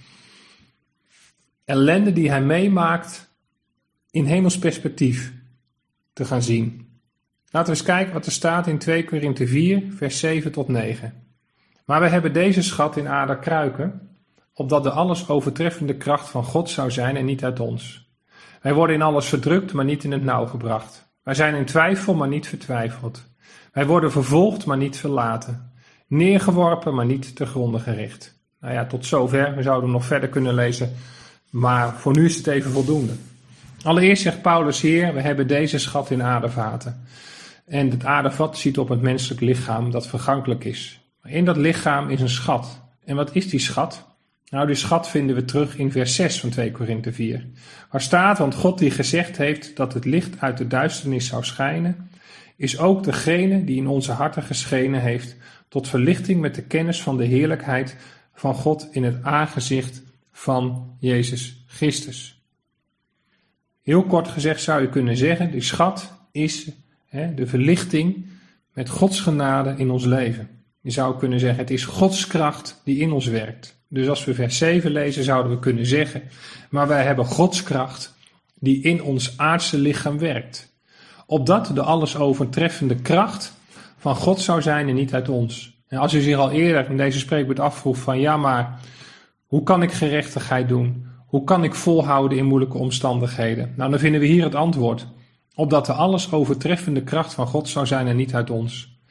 ellende die hij meemaakt in hemels perspectief te gaan zien. Laten we eens kijken wat er staat in twee Korinthe vier, vers zeven tot negen. Maar wij hebben deze schat in aarde kruiken, opdat de alles overtreffende kracht van God zou zijn en niet uit ons. Wij worden in alles verdrukt, maar niet in het nauw gebracht. Wij zijn in twijfel, maar niet vertwijfeld. Wij worden vervolgd, maar niet verlaten. Neergeworpen, maar niet te gronden gericht. Nou ja, tot zover. We zouden nog verder kunnen lezen, maar voor nu is het even voldoende. Allereerst zegt Paulus hier, we hebben deze schat in aardevaten. En het aardevat ziet op het menselijk lichaam dat vergankelijk is. Maar in dat lichaam is een schat. En wat is die schat? Nou, die schat vinden we terug in vers zes van twee Korinthe vier. Waar staat, want God die gezegd heeft dat het licht uit de duisternis zou schijnen, is ook degene die in onze harten geschenen heeft tot verlichting met de kennis van de heerlijkheid van God in het aangezicht van Jezus Christus. Heel kort gezegd zou je kunnen zeggen, die schat is hè, de verlichting met Gods genade in ons leven. Je zou kunnen zeggen, het is Gods kracht die in ons werkt. Dus als we vers zeven lezen, zouden we kunnen zeggen, maar wij hebben Gods kracht die in ons aardse lichaam werkt. Opdat de alles overtreffende kracht van God zou zijn en niet uit ons. En als u zich al eerder in deze spreekwoord afvroeg van, ja maar, hoe kan ik gerechtigheid doen? Hoe kan ik volhouden in moeilijke omstandigheden? Nou, dan vinden we hier het antwoord. Opdat de alles overtreffende kracht van God zou zijn en niet uit ons.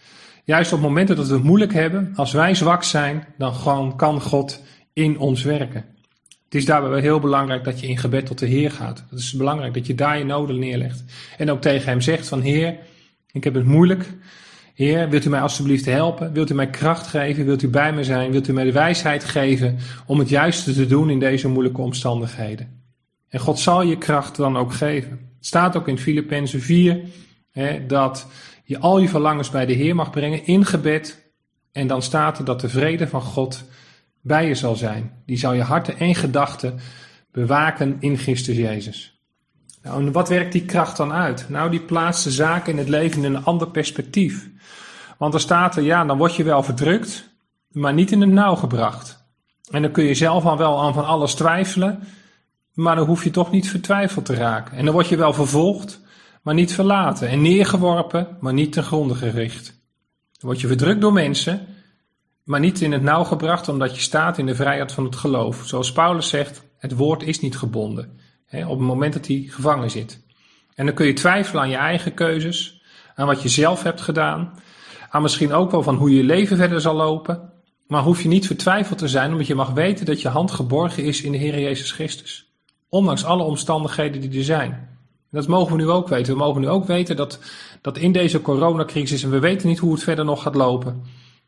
Juist op momenten dat we het moeilijk hebben, als wij zwak zijn, dan gewoon kan God in ons werken. Het is daarbij wel heel belangrijk dat je in gebed tot de Heer gaat. Het is belangrijk dat je daar je noden neerlegt. En ook tegen hem zegt van Heer, ik heb het moeilijk. Heer, wilt u mij alstublieft helpen? Wilt u mij kracht geven? Wilt u bij me zijn? Wilt u mij de wijsheid geven om het juiste te doen in deze moeilijke omstandigheden? En God zal je kracht dan ook geven. Het staat ook in Filippenzen vier hè, dat je al je verlangens bij de Heer mag brengen in gebed. En dan staat er dat de vrede van God bij je zal zijn. Die zal je harten en gedachten bewaken in Christus Jezus. Nou, en wat werkt die kracht dan uit? Nou, die plaatst de zaken in het leven in een ander perspectief. Want er staat er, ja, dan word je wel verdrukt, maar niet in het nauw gebracht. En dan kun je zelf al wel aan van alles twijfelen, maar dan hoef je toch niet vertwijfeld te raken. En dan word je wel vervolgd, maar niet verlaten. En neergeworpen, maar niet ten gronde gericht. Dan word je verdrukt door mensen, maar niet in het nauw gebracht, omdat je staat in de vrijheid van het geloof. Zoals Paulus zegt, het woord is niet gebonden. Hè, op het moment dat hij gevangen zit. En dan kun je twijfelen aan je eigen keuzes, aan wat je zelf hebt gedaan, aan misschien ook wel van hoe je leven verder zal lopen. Maar hoef je niet vertwijfeld te zijn, omdat je mag weten dat je hand geborgen is in de Heer Jezus Christus. Ondanks alle omstandigheden die er zijn. Dat mogen we nu ook weten. We mogen nu ook weten dat, dat in deze coronacrisis, en we weten niet hoe het verder nog gaat lopen,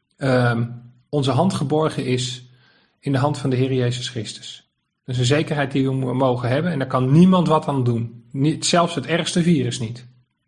um, onze hand geborgen is in de hand van de Heer Jezus Christus. Dat is een zekerheid die we mogen hebben en daar kan niemand wat aan doen. Niet, zelfs het ergste virus niet.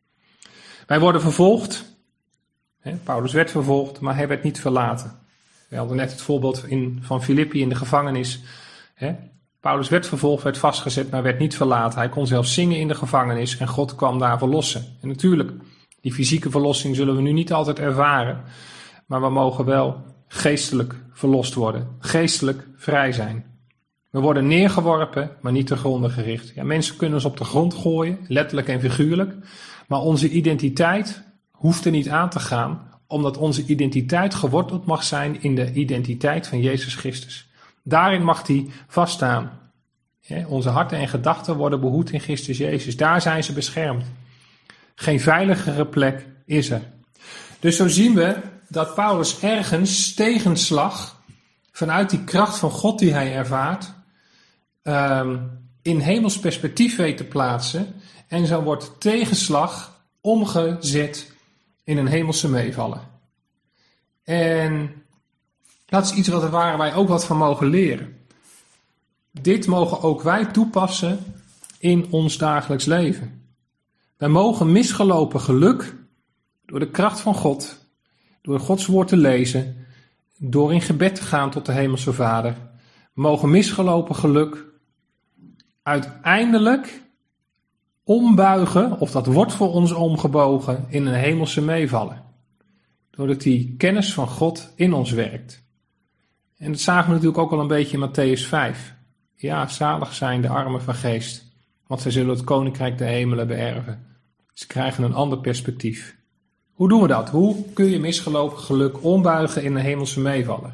Wij worden vervolgd. Hè, Paulus werd vervolgd, maar hij werd niet verlaten. We hadden net het voorbeeld in, van Filippi in de gevangenis. Hè. Paulus werd vervolgd, werd vastgezet, maar werd niet verlaten. Hij kon zelfs zingen in de gevangenis en God kwam daar verlossen. En natuurlijk, die fysieke verlossing zullen we nu niet altijd ervaren. Maar we mogen wel geestelijk verlost worden. Geestelijk vrij zijn. We worden neergeworpen, maar niet te gronden gericht. Ja, mensen kunnen ons op de grond gooien, letterlijk en figuurlijk. Maar onze identiteit hoeft er niet aan te gaan, omdat onze identiteit geworteld mag zijn in de identiteit van Jezus Christus. Daarin mag die vaststaan. Ja, onze harten en gedachten worden behoed in Christus Jezus. Daar zijn ze beschermd. Geen veiligere plek is er. Dus zo zien we dat Paulus ergens tegenslag vanuit die kracht van God die hij ervaart, um, in hemels perspectief weet te plaatsen. En zo wordt tegenslag omgezet in een hemelse meevallen. En dat is iets wat, waar wij ook wat van mogen leren. Dit mogen ook wij toepassen in ons dagelijks leven. Wij mogen misgelopen geluk door de kracht van God, door Gods woord te lezen, door in gebed te gaan tot de Hemelse Vader, mogen misgelopen geluk uiteindelijk ombuigen, of dat wordt voor ons omgebogen, in een hemelse meevallen. Doordat die kennis van God in ons werkt. En dat zagen we natuurlijk ook al een beetje in Matthäus vijf. Ja, zalig zijn de armen van geest, want zij zullen het koninkrijk der hemelen beërven. Ze krijgen een ander perspectief. Hoe doen we dat? Hoe kun je misgelopen geluk ombuigen in een hemelse meevallen?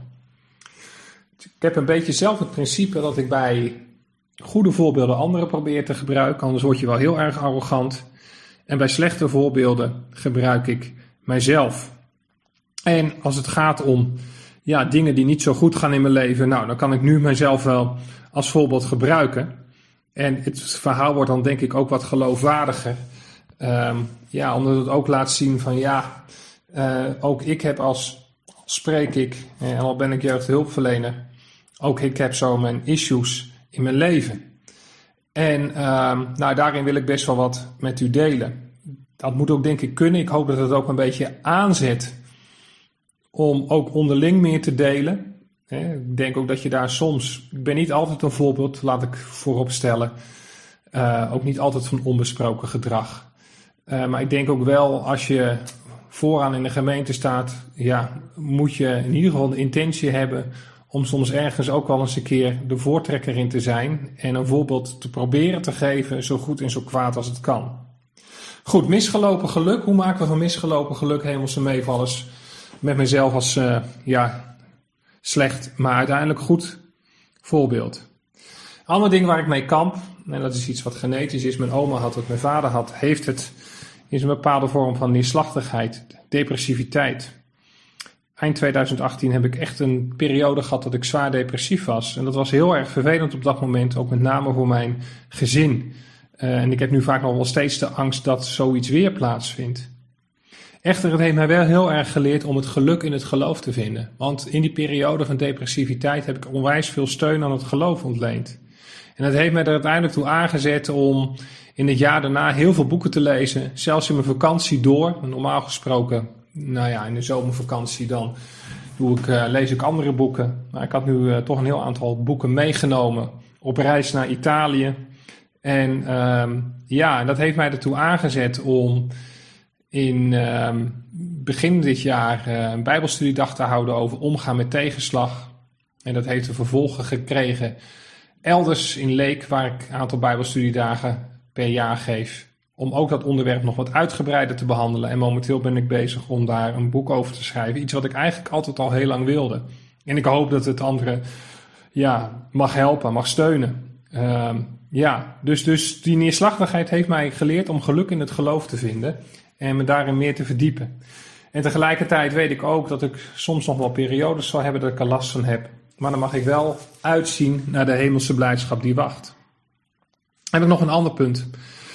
Ik heb een beetje zelf het principe dat ik bij goede voorbeelden anderen probeer te gebruiken, anders word je wel heel erg arrogant. En bij slechte voorbeelden gebruik ik mijzelf. En als het gaat om ja, dingen die niet zo goed gaan in mijn leven, nou, dan kan ik nu mijzelf wel als voorbeeld gebruiken. En het verhaal wordt dan denk ik ook wat geloofwaardiger. Um, ja, omdat het ook laat zien van ja, uh, ook ik heb als, als spreek ik, en al ben ik jeugdhulpverlener, ook ik heb zo mijn issues in mijn leven. En um, nou, daarin wil ik best wel wat met u delen. Dat moet ook denk ik kunnen. Ik hoop dat het ook een beetje aanzet om ook onderling meer te delen. Ik denk ook dat je daar soms, ik ben niet altijd een voorbeeld, laat ik voorop stellen, uh, ook niet altijd van onbesproken gedrag. Uh, maar ik denk ook wel, als je vooraan in de gemeente staat, ja, moet je in ieder geval de intentie hebben om soms ergens ook wel eens een keer de voortrekker in te zijn en een voorbeeld te proberen te geven, zo goed en zo kwaad als het kan. Goed, misgelopen geluk. Hoe maken we van misgelopen geluk hemelse meevallers? Met mezelf als uh, ja, slecht, maar uiteindelijk goed voorbeeld. Ander ding waar ik mee kamp, en dat is iets wat genetisch is, mijn oma had het, mijn vader had, heeft het, is een bepaalde vorm van neerslachtigheid, depressiviteit. eind twintig achttien heb ik echt een periode gehad dat ik zwaar depressief was. En dat was heel erg vervelend op dat moment, ook met name voor mijn gezin. Uh, en ik heb nu vaak nog wel steeds de angst dat zoiets weer plaatsvindt. Echter, het heeft mij wel heel erg geleerd om het geluk in het geloof te vinden. Want in die periode van depressiviteit heb ik onwijs veel steun aan het geloof ontleend. En dat heeft mij er uiteindelijk toe aangezet om in het jaar daarna heel veel boeken te lezen. Zelfs in mijn vakantie door. Normaal gesproken, nou ja, in de zomervakantie dan doe ik, uh, lees ik andere boeken. Maar ik had nu uh, toch een heel aantal boeken meegenomen op reis naar Italië. En um, ja, dat heeft mij ertoe aangezet om in um, begin dit jaar uh, een bijbelstudiedag te houden over omgaan met tegenslag. En dat heeft een vervolgen gekregen elders in Leek, waar ik een aantal bijbelstudiedagen per jaar geef. Om ook dat onderwerp nog wat uitgebreider te behandelen. En momenteel ben ik bezig om daar een boek over te schrijven. Iets wat ik eigenlijk altijd al heel lang wilde. En ik hoop dat het anderen ja, mag helpen, mag steunen. Uh, ja, dus, dus die neerslachtigheid heeft mij geleerd om geluk in het geloof te vinden. En me daarin meer te verdiepen. En tegelijkertijd weet ik ook dat ik soms nog wel periodes zal hebben dat ik er last van heb. Maar dan mag ik wel uitzien naar de hemelse blijdschap die wacht. Dan heb ik nog een ander punt.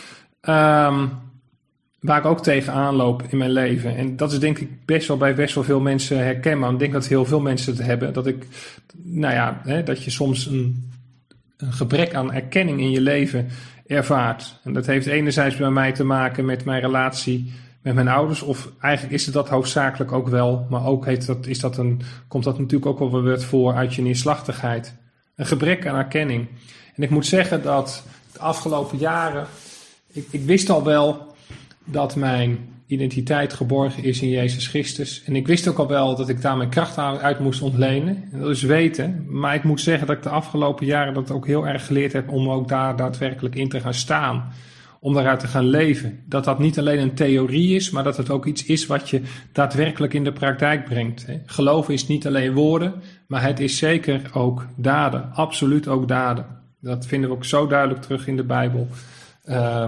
Um, waar ik ook tegenaan loop in mijn leven. En dat is denk ik best wel bij best wel veel mensen herkenbaar. Ik denk dat heel veel mensen het hebben. Dat ik, nou ja, hè, dat je soms een, een gebrek aan erkenning in je leven ervaart. En dat heeft enerzijds bij mij te maken met mijn relatie met mijn ouders. Of eigenlijk is het dat hoofdzakelijk ook wel. Maar ook heeft dat, is dat een, komt dat natuurlijk ook wel weer voor uit je neerslachtigheid. Een gebrek aan erkenning. En ik moet zeggen dat de afgelopen jaren, ik, ik wist al wel dat mijn identiteit geborgen is in Jezus Christus. En ik wist ook al wel dat ik daar mijn kracht uit moest ontlenen. En dat is weten. Maar ik moet zeggen dat ik de afgelopen jaren dat ook heel erg geleerd heb om ook daar daadwerkelijk in te gaan staan. Om daaruit te gaan leven. Dat dat niet alleen een theorie is, maar dat het ook iets is wat je daadwerkelijk in de praktijk brengt. Geloven is niet alleen woorden, maar het is zeker ook daden. Absoluut ook daden. Dat vinden we ook zo duidelijk terug in de Bijbel. Uh,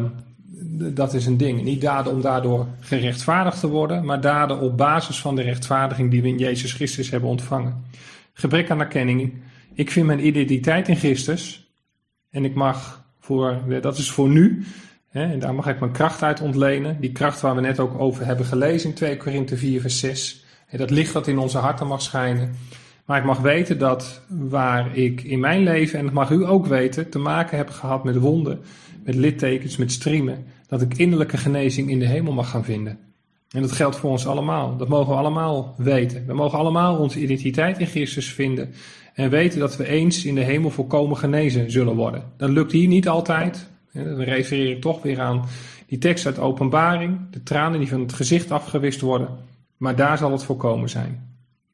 dat is een ding. Niet daden om daardoor gerechtvaardigd te worden, maar daden op basis van de rechtvaardiging die we in Jezus Christus hebben ontvangen. Gebrek aan erkenning. Ik vind mijn identiteit in Christus en ik mag voor, dat is voor nu, hè, en daar mag ik mijn kracht uit ontlenen. Die kracht waar we net ook over hebben gelezen in twee Korinthe vier vers zes. En dat licht dat in onze harten mag schijnen. Maar ik mag weten dat waar ik in mijn leven, en dat mag u ook weten, te maken heb gehad met wonden, met littekens, met striemen, dat ik innerlijke genezing in de hemel mag gaan vinden. En dat geldt voor ons allemaal. Dat mogen we allemaal weten. We mogen allemaal onze identiteit in Christus vinden en weten dat we eens in de hemel volkomen genezen zullen worden. Dat lukt hier niet altijd. Dan refereer ik toch weer aan die tekst uit Openbaring, de tranen die van het gezicht afgewist worden. Maar daar zal het voorkomen zijn.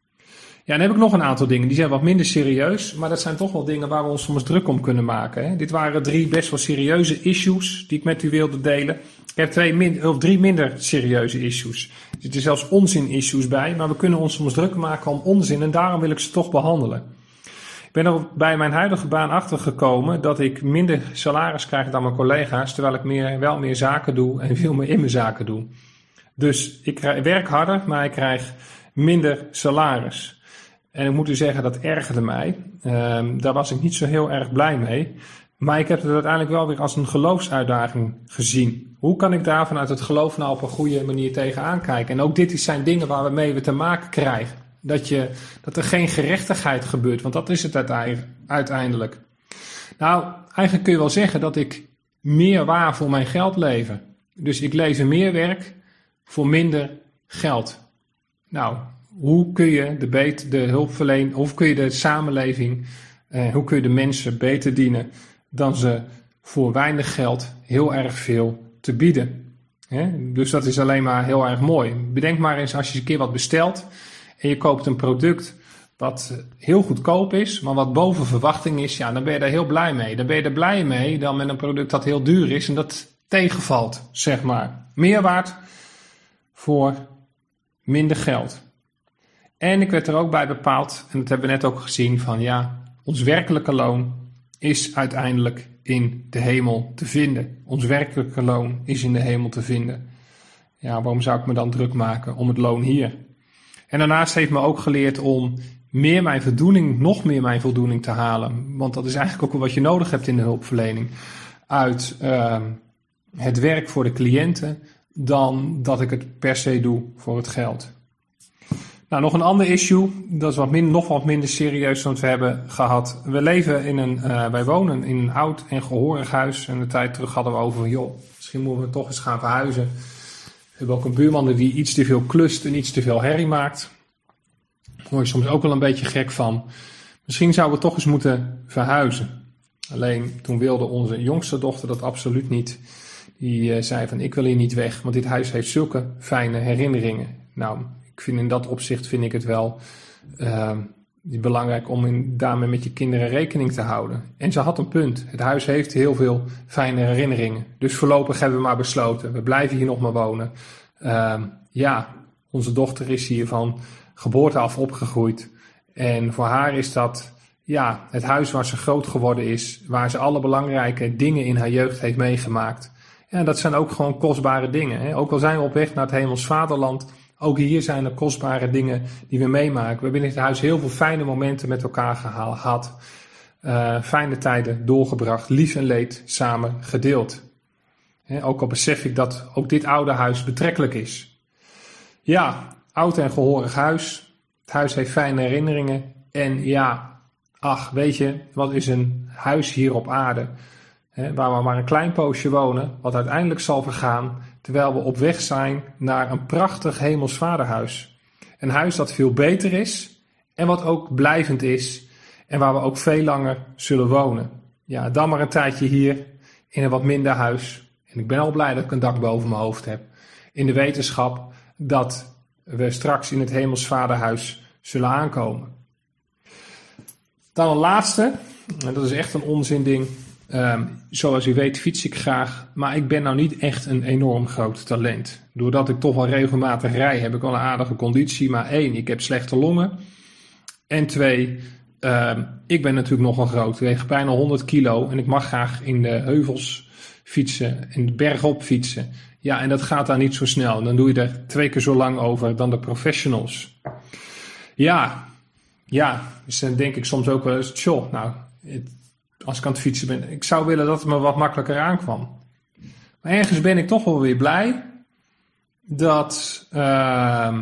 Ja, dan heb ik nog een aantal dingen, die zijn wat minder serieus, maar dat zijn toch wel dingen waar we ons soms druk om kunnen maken. Hè? Dit waren drie best wel serieuze issues die ik met u wilde delen. Ik heb twee min, of drie minder serieuze issues. Er zitten zelfs onzin-issues bij, maar we kunnen ons soms druk maken om onzin en daarom wil ik ze toch behandelen. Ik ben er bij mijn huidige baan achter gekomen dat ik minder salaris krijg dan mijn collega's, terwijl ik meer, wel meer zaken doe en veel meer in mijn zaken doe. Dus ik werk harder, maar ik krijg minder salaris. En ik moet u zeggen, dat ergerde mij. Um, daar was ik niet zo heel erg blij mee. Maar ik heb het uiteindelijk wel weer als een geloofsuitdaging gezien. Hoe kan ik daar vanuit het geloof nou op een goede manier tegenaan kijken? En ook dit zijn dingen waarmee we te maken krijgen. Dat, je, dat er geen gerechtigheid gebeurt, want dat is het uiteindelijk. Nou, eigenlijk kun je wel zeggen dat ik meer waar voor mijn geld lever. Dus ik lever meer werk voor minder geld. Nou, hoe kun je de, beet, de hulpverlening, hoe kun je de samenleving, eh, hoe kun je de mensen beter dienen dan ze voor weinig geld heel erg veel te bieden. Hè? Dus dat is alleen maar heel erg mooi. Bedenk maar eens als je een keer wat bestelt en je koopt een product wat heel goedkoop is, maar wat boven verwachting is, ja, dan ben je daar heel blij mee. Dan ben je er blij mee dan met een product dat heel duur is en dat tegenvalt, zeg maar. Meer waard voor minder geld. En ik werd er ook bij bepaald, en dat hebben we net ook gezien, van ja, ons werkelijke loon is uiteindelijk in de hemel te vinden. Ons werkelijke loon is in de hemel te vinden. Ja, waarom zou ik me dan druk maken om het loon hier? En daarnaast heeft me ook geleerd om meer mijn voldoening, nog meer mijn voldoening te halen. Want dat is eigenlijk ook wel wat je nodig hebt in de hulpverlening. Uit uh, het werk voor de cliënten, dan dat ik het per se doe voor het geld. Nou, nog een ander issue, dat is wat min, nog wat minder serieus dan we hebben gehad. We leven in een, uh, wij wonen in een oud en gehoorig huis. En een tijd terug hadden we over, joh, misschien moeten we toch eens gaan verhuizen. We hebben ook een buurman die iets te veel klust en iets te veel herrie maakt. Daar word je soms ook wel een beetje gek van. Misschien zouden we toch eens moeten verhuizen. Alleen toen wilde onze jongste dochter dat absoluut niet. Die uh, zei van, ik wil hier niet weg, want dit huis heeft zulke fijne herinneringen. Nou, ik vind in dat opzicht vind ik het wel uh, belangrijk om in, daarmee met je kinderen rekening te houden. En ze had een punt. Het huis heeft heel veel fijne herinneringen. Dus voorlopig hebben we maar besloten. We blijven hier nog maar wonen. Uh, ja, onze dochter is hier van geboorte af opgegroeid. En voor haar is dat ja, het huis waar ze groot geworden is. Waar ze alle belangrijke dingen in haar jeugd heeft meegemaakt. En dat zijn ook gewoon kostbare dingen. Hè? Ook al zijn we op weg naar het hemels vaderland. Ook hier zijn er kostbare dingen die we meemaken. We hebben in het huis heel veel fijne momenten met elkaar gehad. Uh, fijne tijden doorgebracht. Lief en leed samen gedeeld. He, ook al besef ik dat ook dit oude huis betrekkelijk is. Ja, oud en gehoorig huis. Het huis heeft fijne herinneringen. En ja, ach, weet je, wat is een huis hier op aarde? He, waar we maar een klein poosje wonen, wat uiteindelijk zal vergaan, terwijl we op weg zijn naar een prachtig hemels vaderhuis. Een huis dat veel beter is en wat ook blijvend is en waar we ook veel langer zullen wonen. Ja, dan maar een tijdje hier in een wat minder huis. En ik ben al blij dat ik een dak boven mijn hoofd heb. In de wetenschap dat we straks in het hemels vaderhuis zullen aankomen. Dan een laatste, en dat is echt een onzinding. Um, zoals u weet fiets ik graag, maar ik ben nou niet echt een enorm groot talent. Doordat ik toch wel regelmatig rij, heb ik wel een aardige conditie. Maar één, ik heb slechte longen. En twee, um, ik ben natuurlijk nogal groot. Ik weeg bijna honderd kilo en ik mag graag in de heuvels fietsen en de bergop fietsen. Ja, en dat gaat daar niet zo snel. Dan doe je er twee keer zo lang over dan de professionals. Ja, ja, dus dan denk ik soms ook wel eens, tjoh, nou... Het, als ik aan het fietsen ben. Ik zou willen dat het me wat makkelijker aankwam. Maar ergens ben ik toch wel weer blij dat uh,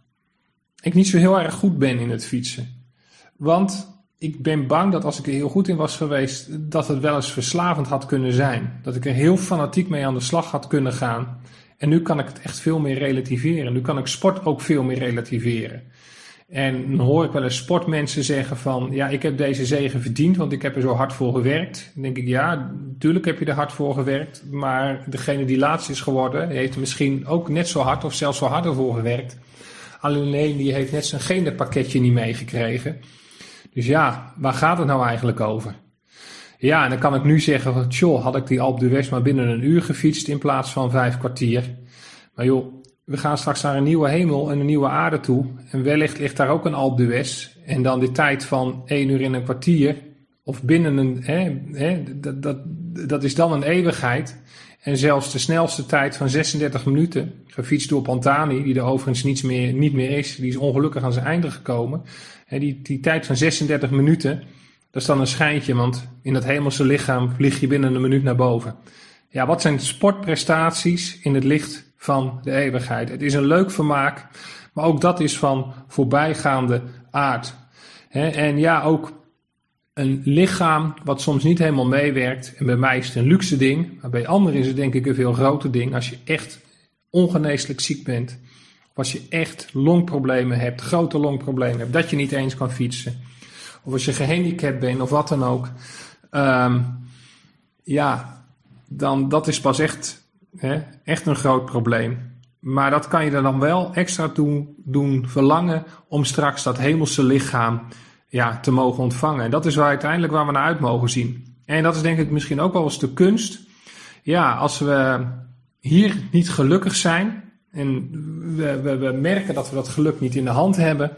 ik niet zo heel erg goed ben in het fietsen. Want ik ben bang dat als ik er heel goed in was geweest, dat het wel eens verslavend had kunnen zijn. Dat ik er heel fanatiek mee aan de slag had kunnen gaan. En nu kan ik het echt veel meer relativeren. Nu kan ik sport ook veel meer relativeren. En dan hoor ik wel eens sportmensen zeggen van, ja, ik heb deze zege verdiend, want ik heb er zo hard voor gewerkt. Dan denk ik, ja, natuurlijk heb je er hard voor gewerkt, maar degene die laatst is geworden, heeft er misschien ook net zo hard of zelfs wel harder voor gewerkt. Alleen die heeft net zijn genenpakketje niet meegekregen. Dus ja, waar gaat het nou eigenlijk over? Ja, en dan kan ik nu zeggen van, tjoh, had ik die Alpe d'Huez maar binnen een uur gefietst in plaats van vijf kwartier. Maar joh, we gaan straks naar een nieuwe hemel en een nieuwe aarde toe. En wellicht ligt daar ook een Alpe d'Huez. En dan die tijd van één uur in een kwartier. Of binnen een... Hè, hè, dat, dat, dat is dan een eeuwigheid. En zelfs de snelste tijd van zesendertig minuten. Gefietst door Pantani, die er overigens niets meer, niet meer is. Die is ongelukkig aan zijn einde gekomen. En die, die tijd van zesendertig minuten. Dat is dan een schijntje. Want in dat hemelse lichaam vlieg je binnen een minuut naar boven. Ja, wat zijn sportprestaties in het licht van de eeuwigheid. Het is een leuk vermaak, maar ook dat is van voorbijgaande aard. He, en ja, ook een lichaam wat soms niet helemaal meewerkt. En bij mij is het een luxe ding, maar bij anderen is het denk ik een veel groter ding. Als je echt ongeneeslijk ziek bent, of als je echt longproblemen hebt, grote longproblemen hebt, dat je niet eens kan fietsen. Of als je gehandicapt bent of wat dan ook. Um, ja, dan dat is pas echt... He, echt een groot probleem. Maar dat kan je er dan wel extra doen, doen verlangen om straks dat hemelse lichaam ja, te mogen ontvangen. En dat is waar uiteindelijk waar we naar uit mogen zien. En dat is denk ik misschien ook wel eens de kunst. Ja, als we hier niet gelukkig zijn en we, we, we merken dat we dat geluk niet in de hand hebben.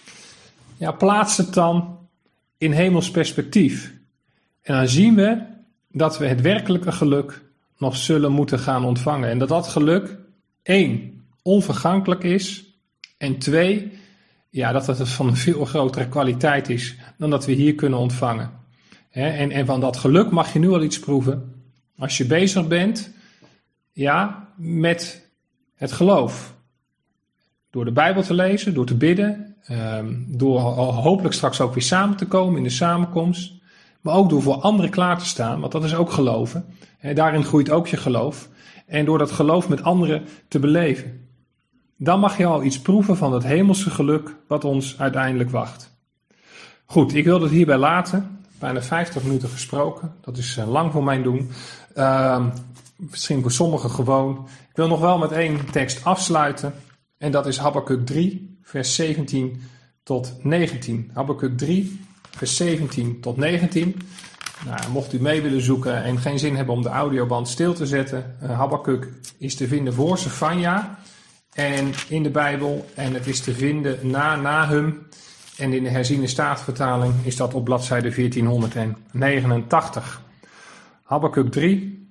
Ja, plaats het dan in hemels perspectief. En dan zien we dat we het werkelijke geluk nog zullen moeten gaan ontvangen. En dat dat geluk, één, onvergankelijk is. En twee, ja, dat het van een veel grotere kwaliteit is dan dat we hier kunnen ontvangen. He, en, en van dat geluk mag je nu al iets proeven als je bezig bent, ja, met het geloof. Door de Bijbel te lezen, door te bidden, um, door hopelijk straks ook weer samen te komen in de samenkomst. Maar ook door voor anderen klaar te staan, want dat is ook geloven. He, daarin groeit ook je geloof. En door dat geloof met anderen te beleven. Dan mag je al iets proeven van het hemelse geluk wat ons uiteindelijk wacht. Goed, ik wil het hierbij laten. Bijna vijftig minuten gesproken. Dat is uh, lang voor mijn doen. Uh, misschien voor sommigen gewoon. Ik wil nog wel met één tekst afsluiten. En dat is Habakuk drie, vers zeventien tot negentien. Habakuk drie, vers zeventien tot negentien. Nou, mocht u mee willen zoeken en geen zin hebben om de audioband stil te zetten. Uh, Habakuk is te vinden voor Sefanja. En in de Bijbel. En het is te vinden na Nahum. En in de herziene staatvertaling is dat op bladzijde veertienhonderdnegenentachtig. Habakuk drie,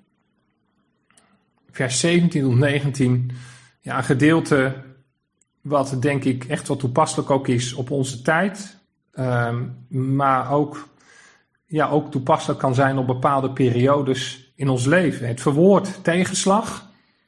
vers zeventien tot negentien. Ja, een gedeelte wat denk ik echt wel toepasselijk ook is op onze tijd. Um, maar ook, ja, ook toepasselijk kan zijn op bepaalde periodes in ons leven. Het verwoordt tegenslag.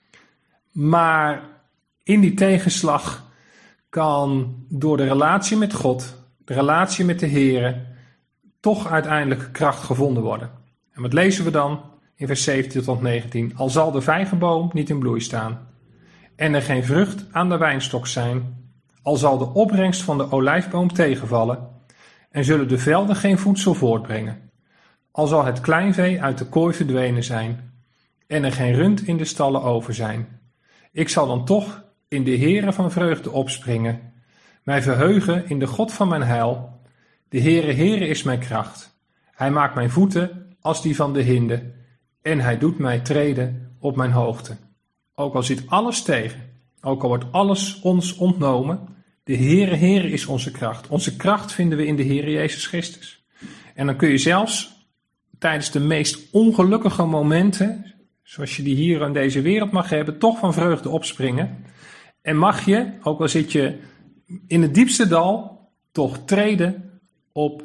Maar in die tegenslag kan door de relatie met God, de relatie met de Here, toch uiteindelijk kracht gevonden worden. En wat lezen we dan in vers zeventien tot negentien? Al zal de vijgenboom niet in bloei staan en er geen vrucht aan de wijnstok zijn, al zal de opbrengst van de olijfboom tegenvallen en zullen de velden geen voedsel voortbrengen, al zal het kleinvee uit de kooi verdwenen zijn en er geen rund in de stallen over zijn. Ik zal dan toch in de Heere van vreugde opspringen, mij verheugen in de God van mijn heil. De Heere, Heere is mijn kracht. Hij maakt mijn voeten als die van de hinde en hij doet mij treden op mijn hoogte. Ook al zit alles tegen, ook al wordt alles ons ontnomen, de Heere, Heere is onze kracht. Onze kracht vinden we in de Heere Jezus Christus. En dan kun je zelfs tijdens de meest ongelukkige momenten, zoals je die hier in deze wereld mag hebben, toch van vreugde opspringen. En mag je, ook al zit je in het diepste dal, toch treden op,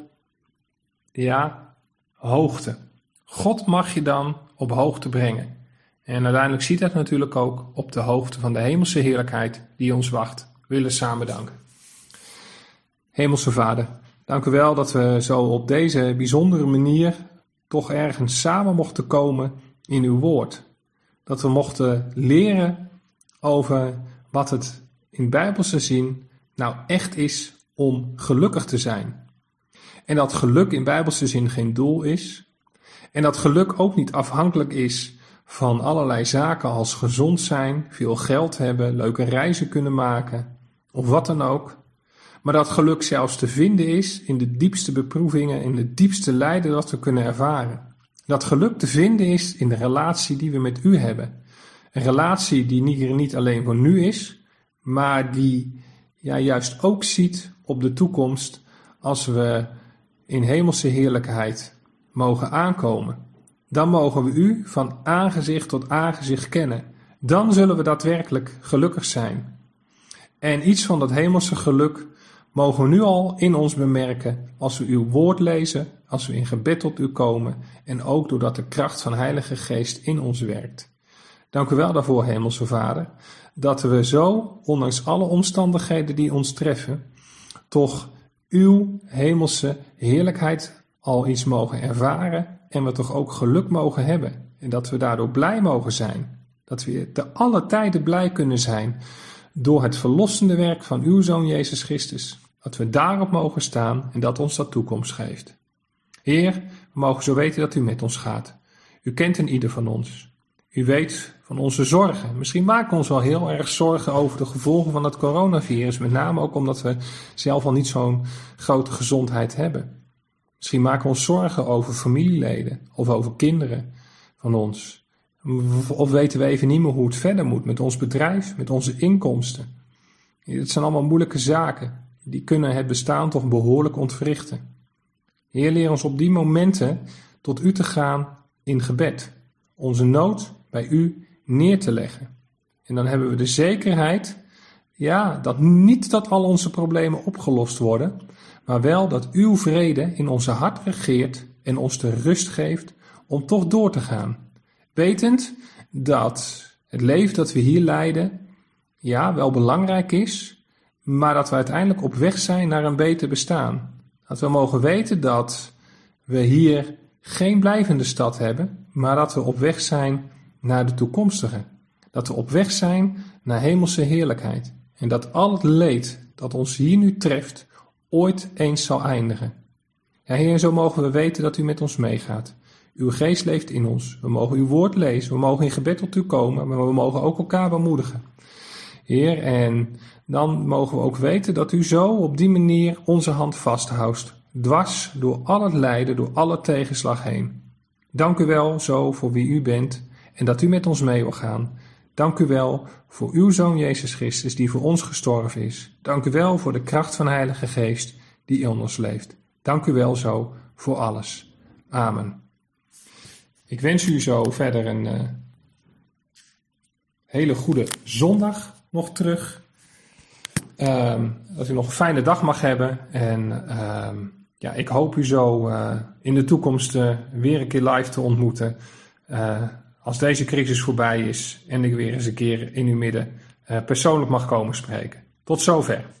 ja, hoogte. God mag je dan op hoogte brengen. En uiteindelijk ziet dat natuurlijk ook op de hoogte van de hemelse heerlijkheid die ons wacht. We willen samen danken. Hemelse Vader, dank u wel dat we zo op deze bijzondere manier toch ergens samen mochten komen in uw woord. Dat we mochten leren over wat het in bijbelse zin nou echt is om gelukkig te zijn. En dat geluk in bijbelse zin geen doel is. En dat geluk ook niet afhankelijk is van allerlei zaken als gezond zijn, veel geld hebben, leuke reizen kunnen maken of wat dan ook. Maar dat geluk zelfs te vinden is in de diepste beproevingen, in de diepste lijden dat we kunnen ervaren. Dat geluk te vinden is in de relatie die we met u hebben. Een relatie die niet, niet alleen voor nu is, maar die ja, juist ook ziet op de toekomst als we in hemelse heerlijkheid mogen aankomen. Dan mogen we u van aangezicht tot aangezicht kennen. Dan zullen we daadwerkelijk gelukkig zijn. En iets van dat hemelse geluk mogen we nu al in ons bemerken als we uw woord lezen, als we in gebed tot u komen en ook doordat de kracht van Heilige Geest in ons werkt. Dank u wel daarvoor, Hemelse Vader, dat we zo, ondanks alle omstandigheden die ons treffen, toch uw hemelse heerlijkheid al iets mogen ervaren en we toch ook geluk mogen hebben. En dat we daardoor blij mogen zijn. Dat we te alle tijden blij kunnen zijn door het verlossende werk van uw Zoon Jezus Christus. Dat we daarop mogen staan en dat ons dat toekomst geeft. Heer, we mogen zo weten dat u met ons gaat. U kent een ieder van ons. U weet van onze zorgen. Misschien maken we ons wel heel erg zorgen over de gevolgen van het coronavirus. Met name ook omdat we zelf al niet zo'n grote gezondheid hebben. Misschien maken we ons zorgen over familieleden of over kinderen van ons. Of weten we even niet meer hoe het verder moet met ons bedrijf, met onze inkomsten. Het zijn allemaal moeilijke zaken. Die kunnen het bestaan toch behoorlijk ontwrichten. Heer, leer ons op die momenten tot u te gaan in gebed. Onze nood bij u neer te leggen. En dan hebben we de zekerheid Ja, dat niet dat al onze problemen opgelost worden, maar wel dat uw vrede in onze hart regeert en ons de rust geeft om toch door te gaan. Wetend dat het leven dat we hier leiden, ja, wel belangrijk is, maar dat we uiteindelijk op weg zijn naar een beter bestaan. Dat we mogen weten dat we hier geen blijvende stad hebben, maar dat we op weg zijn naar de toekomstige. Dat we op weg zijn naar hemelse heerlijkheid. En dat al het leed dat ons hier nu treft, ooit eens zal eindigen. Ja, Heer, zo mogen we weten dat u met ons meegaat. Uw geest leeft in ons. We mogen uw woord lezen. We mogen in gebed tot u komen, maar we mogen ook elkaar bemoedigen. Heer, en dan mogen we ook weten dat u zo op die manier onze hand vasthoudt. Dwars door al het lijden, door alle tegenslag heen. Dank u wel zo voor wie u bent en dat u met ons mee wil gaan. Dank u wel voor uw Zoon Jezus Christus die voor ons gestorven is. Dank u wel voor de kracht van de Heilige Geest die in ons leeft. Dank u wel zo voor alles. Amen. Ik wens u zo verder een uh, hele goede zondag nog terug. Um, dat u nog een fijne dag mag hebben. En um, ja, ik hoop u zo uh, in de toekomst uh, weer een keer live te ontmoeten. Uh, als deze crisis voorbij is en ik weer eens een keer in uw midden uh, persoonlijk mag komen spreken. Tot zover.